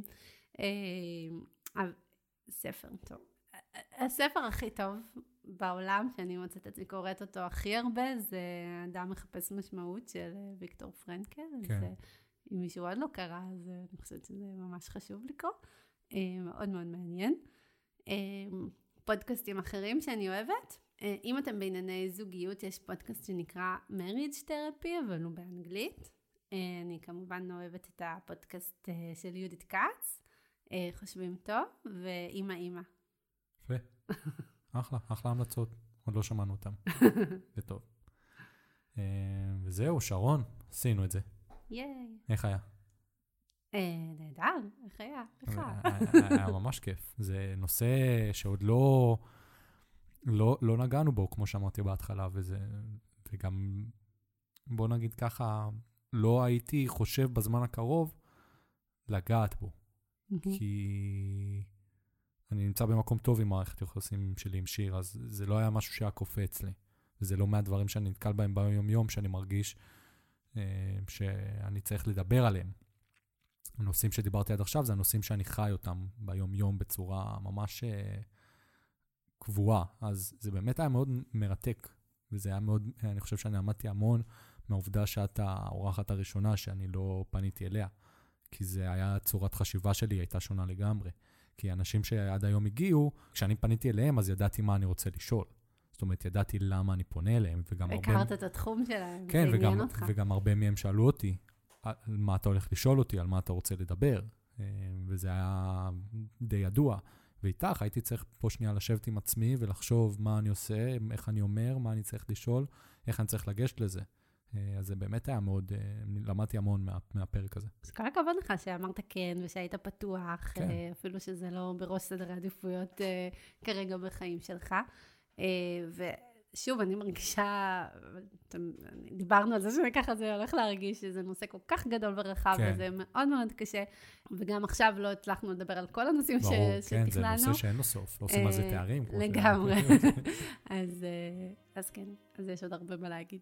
ספר טוב. הספר הכי טוב בעולם, שאני מוצאת את זה, קוראת אותו הכי הרבה, זה אדם מחפש משמעות של ויקטור פרנקל. כן. אז אם מישהו עוד לא קרא, אז אני חושבת שזה ממש חשוב לקרוא. מאוד מאוד מעניין. פודקאסטים אחרים שאני אוהבת. אם אתם בענייני זוגיות, יש פודקאסט שנקרא Marriage Therapy, אבל הוא באנגלית. אני כמובן אוהבת את הפודקאסט של יהודית קאץ, חושבים טוב, ואמא אמא. יפה. אחלה המלצות. עוד לא שמענו אותם. זה טוב. וזהו, שרון, עשינו את זה. ייי. איך היה? נהדר, איך היה? היה ממש כיף. זה נושא שעוד לא נגענו בו, כמו שאמרתי בהתחלה, וגם, בוא נגיד ככה, לא הייתי חושב בזמן הקרוב לגעת בו. כי אני נמצא במקום טוב עם מערכת יחסים שלי עם שיר, אז זה לא היה משהו שהיה קופץ לי. וזה לא מהדברים שאני נתקל בהם ביום יום, שאני מרגיש שאני צריך לדבר עליהם. הנושאים שדיברתי עד עכשיו, זה הנושאים שאני חי אותם ביום יום בצורה ממש קבועה. אז זה באמת היה מאוד מרתק, וזה היה מאוד, אני חושב שאני עמדתי המון מהעובדה שאת האורחת הראשונה שאני לא פניתי אליה, כי זה היה צורת חשיבה שלי, הייתה שונה לגמרי. כי אנשים שעד היום הגיעו, כשאני פניתי אליהם, אז ידעתי מה אני רוצה לשאול. זאת אומרת, ידעתי למה אני פונה אליהם, וגם הרבה... הכרת את התחום שלהם, כן, וגם הרבה מהם שאלו אותי, על מה אתה הולך לשאול אותי, על מה אתה רוצה לדבר, וזה היה די ידוע. ואיתך הייתי צריך פה שנייה לשבת עם עצמי ולחשוב מה אני עושה, איך אני אומר, מה אני צריך לשאול, איך אני צריך לגשת לזה. אז זה באמת היה מאוד, למדתי המון מהפרק הזה. אז כל הכבוד לך שאמרת כן ושהיית פתוח, אפילו שזה לא בראש סדר העדיפויות כרגע בחיים שלך. ושוב, אני מרגישה, דיברנו על זה שככה זה הולך להרגיש, שזה נושא כל כך גדול ורחב, וזה מאוד מאוד קשה, וגם עכשיו לא הצלחנו לדבר על כל הנושאים שתכננו. כן, זה נושא שאין לו סוף, לא עושים על זה תארים. לגמרי. אז כן, אז יש עוד הרבה מה להגיד.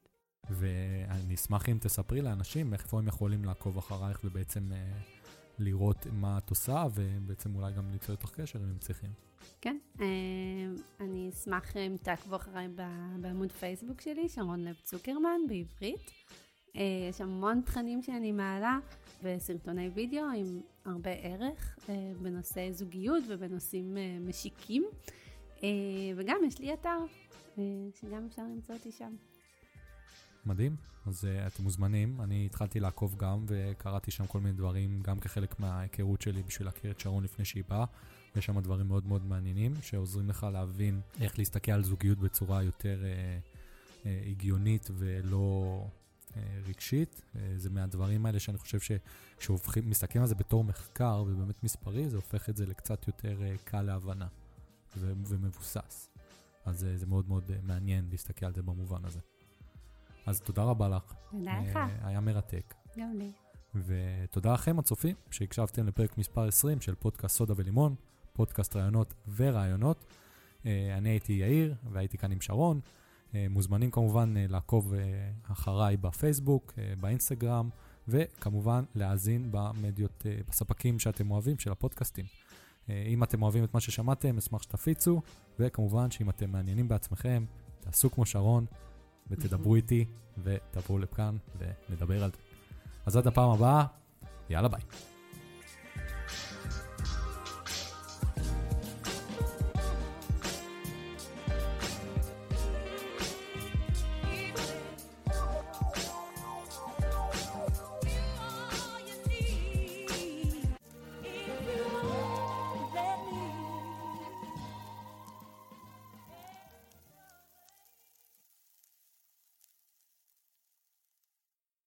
ואני אשמח אם תספרי לאנשים איפה הם יכולים לעקוב אחרייך ובעצם לראות מה את עושה, ובעצם אולי גם ליצור איתך קשר אם הם צריכים. כן, אני אשמח אם תעקבו אחריי בעמוד פייסבוק שלי, שרון לב צוקרמן בעברית. יש המון תכנים שאני מעלה וסרטוני וידאו עם הרבה ערך בנושא זוגיות ובנושאים משיקים. וגם יש לי אתר שגם אפשר למצוא אותי שם. מדהים, אז אתם מוזמנים. אני התחלתי לעקוב גם וקראתי שם כל מיני דברים, גם כחלק מההיכרות שלי בשביל להכיר את שרון לפני שהיא באה. יש שם דברים מאוד מאוד מעניינים שעוזרים לך להבין איך להסתכל על זוגיות בצורה יותר הגיונית ולא רגשית. זה מהדברים האלה שאני חושב שמסתכלים על זה בתור מחקר ובאמת מספרי, זה הופך את זה לקצת יותר קל להבנה ומבוסס. אז זה מאוד מאוד מעניין להסתכל על זה במובן הזה. אז תודה רבה לך. תודה לך. היה מרתק. גם לי. ותודה לכם הצופים שהקשבתם לפרק מספר 20 של פודקאסט סודה ולימון, פודקאסט רעיונות ורעיונות. אני הייתי יאיר והייתי כאן עם שרון. מוזמנים כמובן לעקוב אחריי בפייסבוק, באינסטגרם, וכמובן להאזין במדיות, בספקים שאתם אוהבים של הפודקאסטים. אם אתם אוהבים את מה ששמעתם, אשמח שתפיצו, וכמובן שאם אתם מעניינים בעצמכם, תעשו כמו שרון, ותדברו איתי, ותבואו לכאן ונדבר על זה. אז עד הפעם הבאה, יאללה ביי.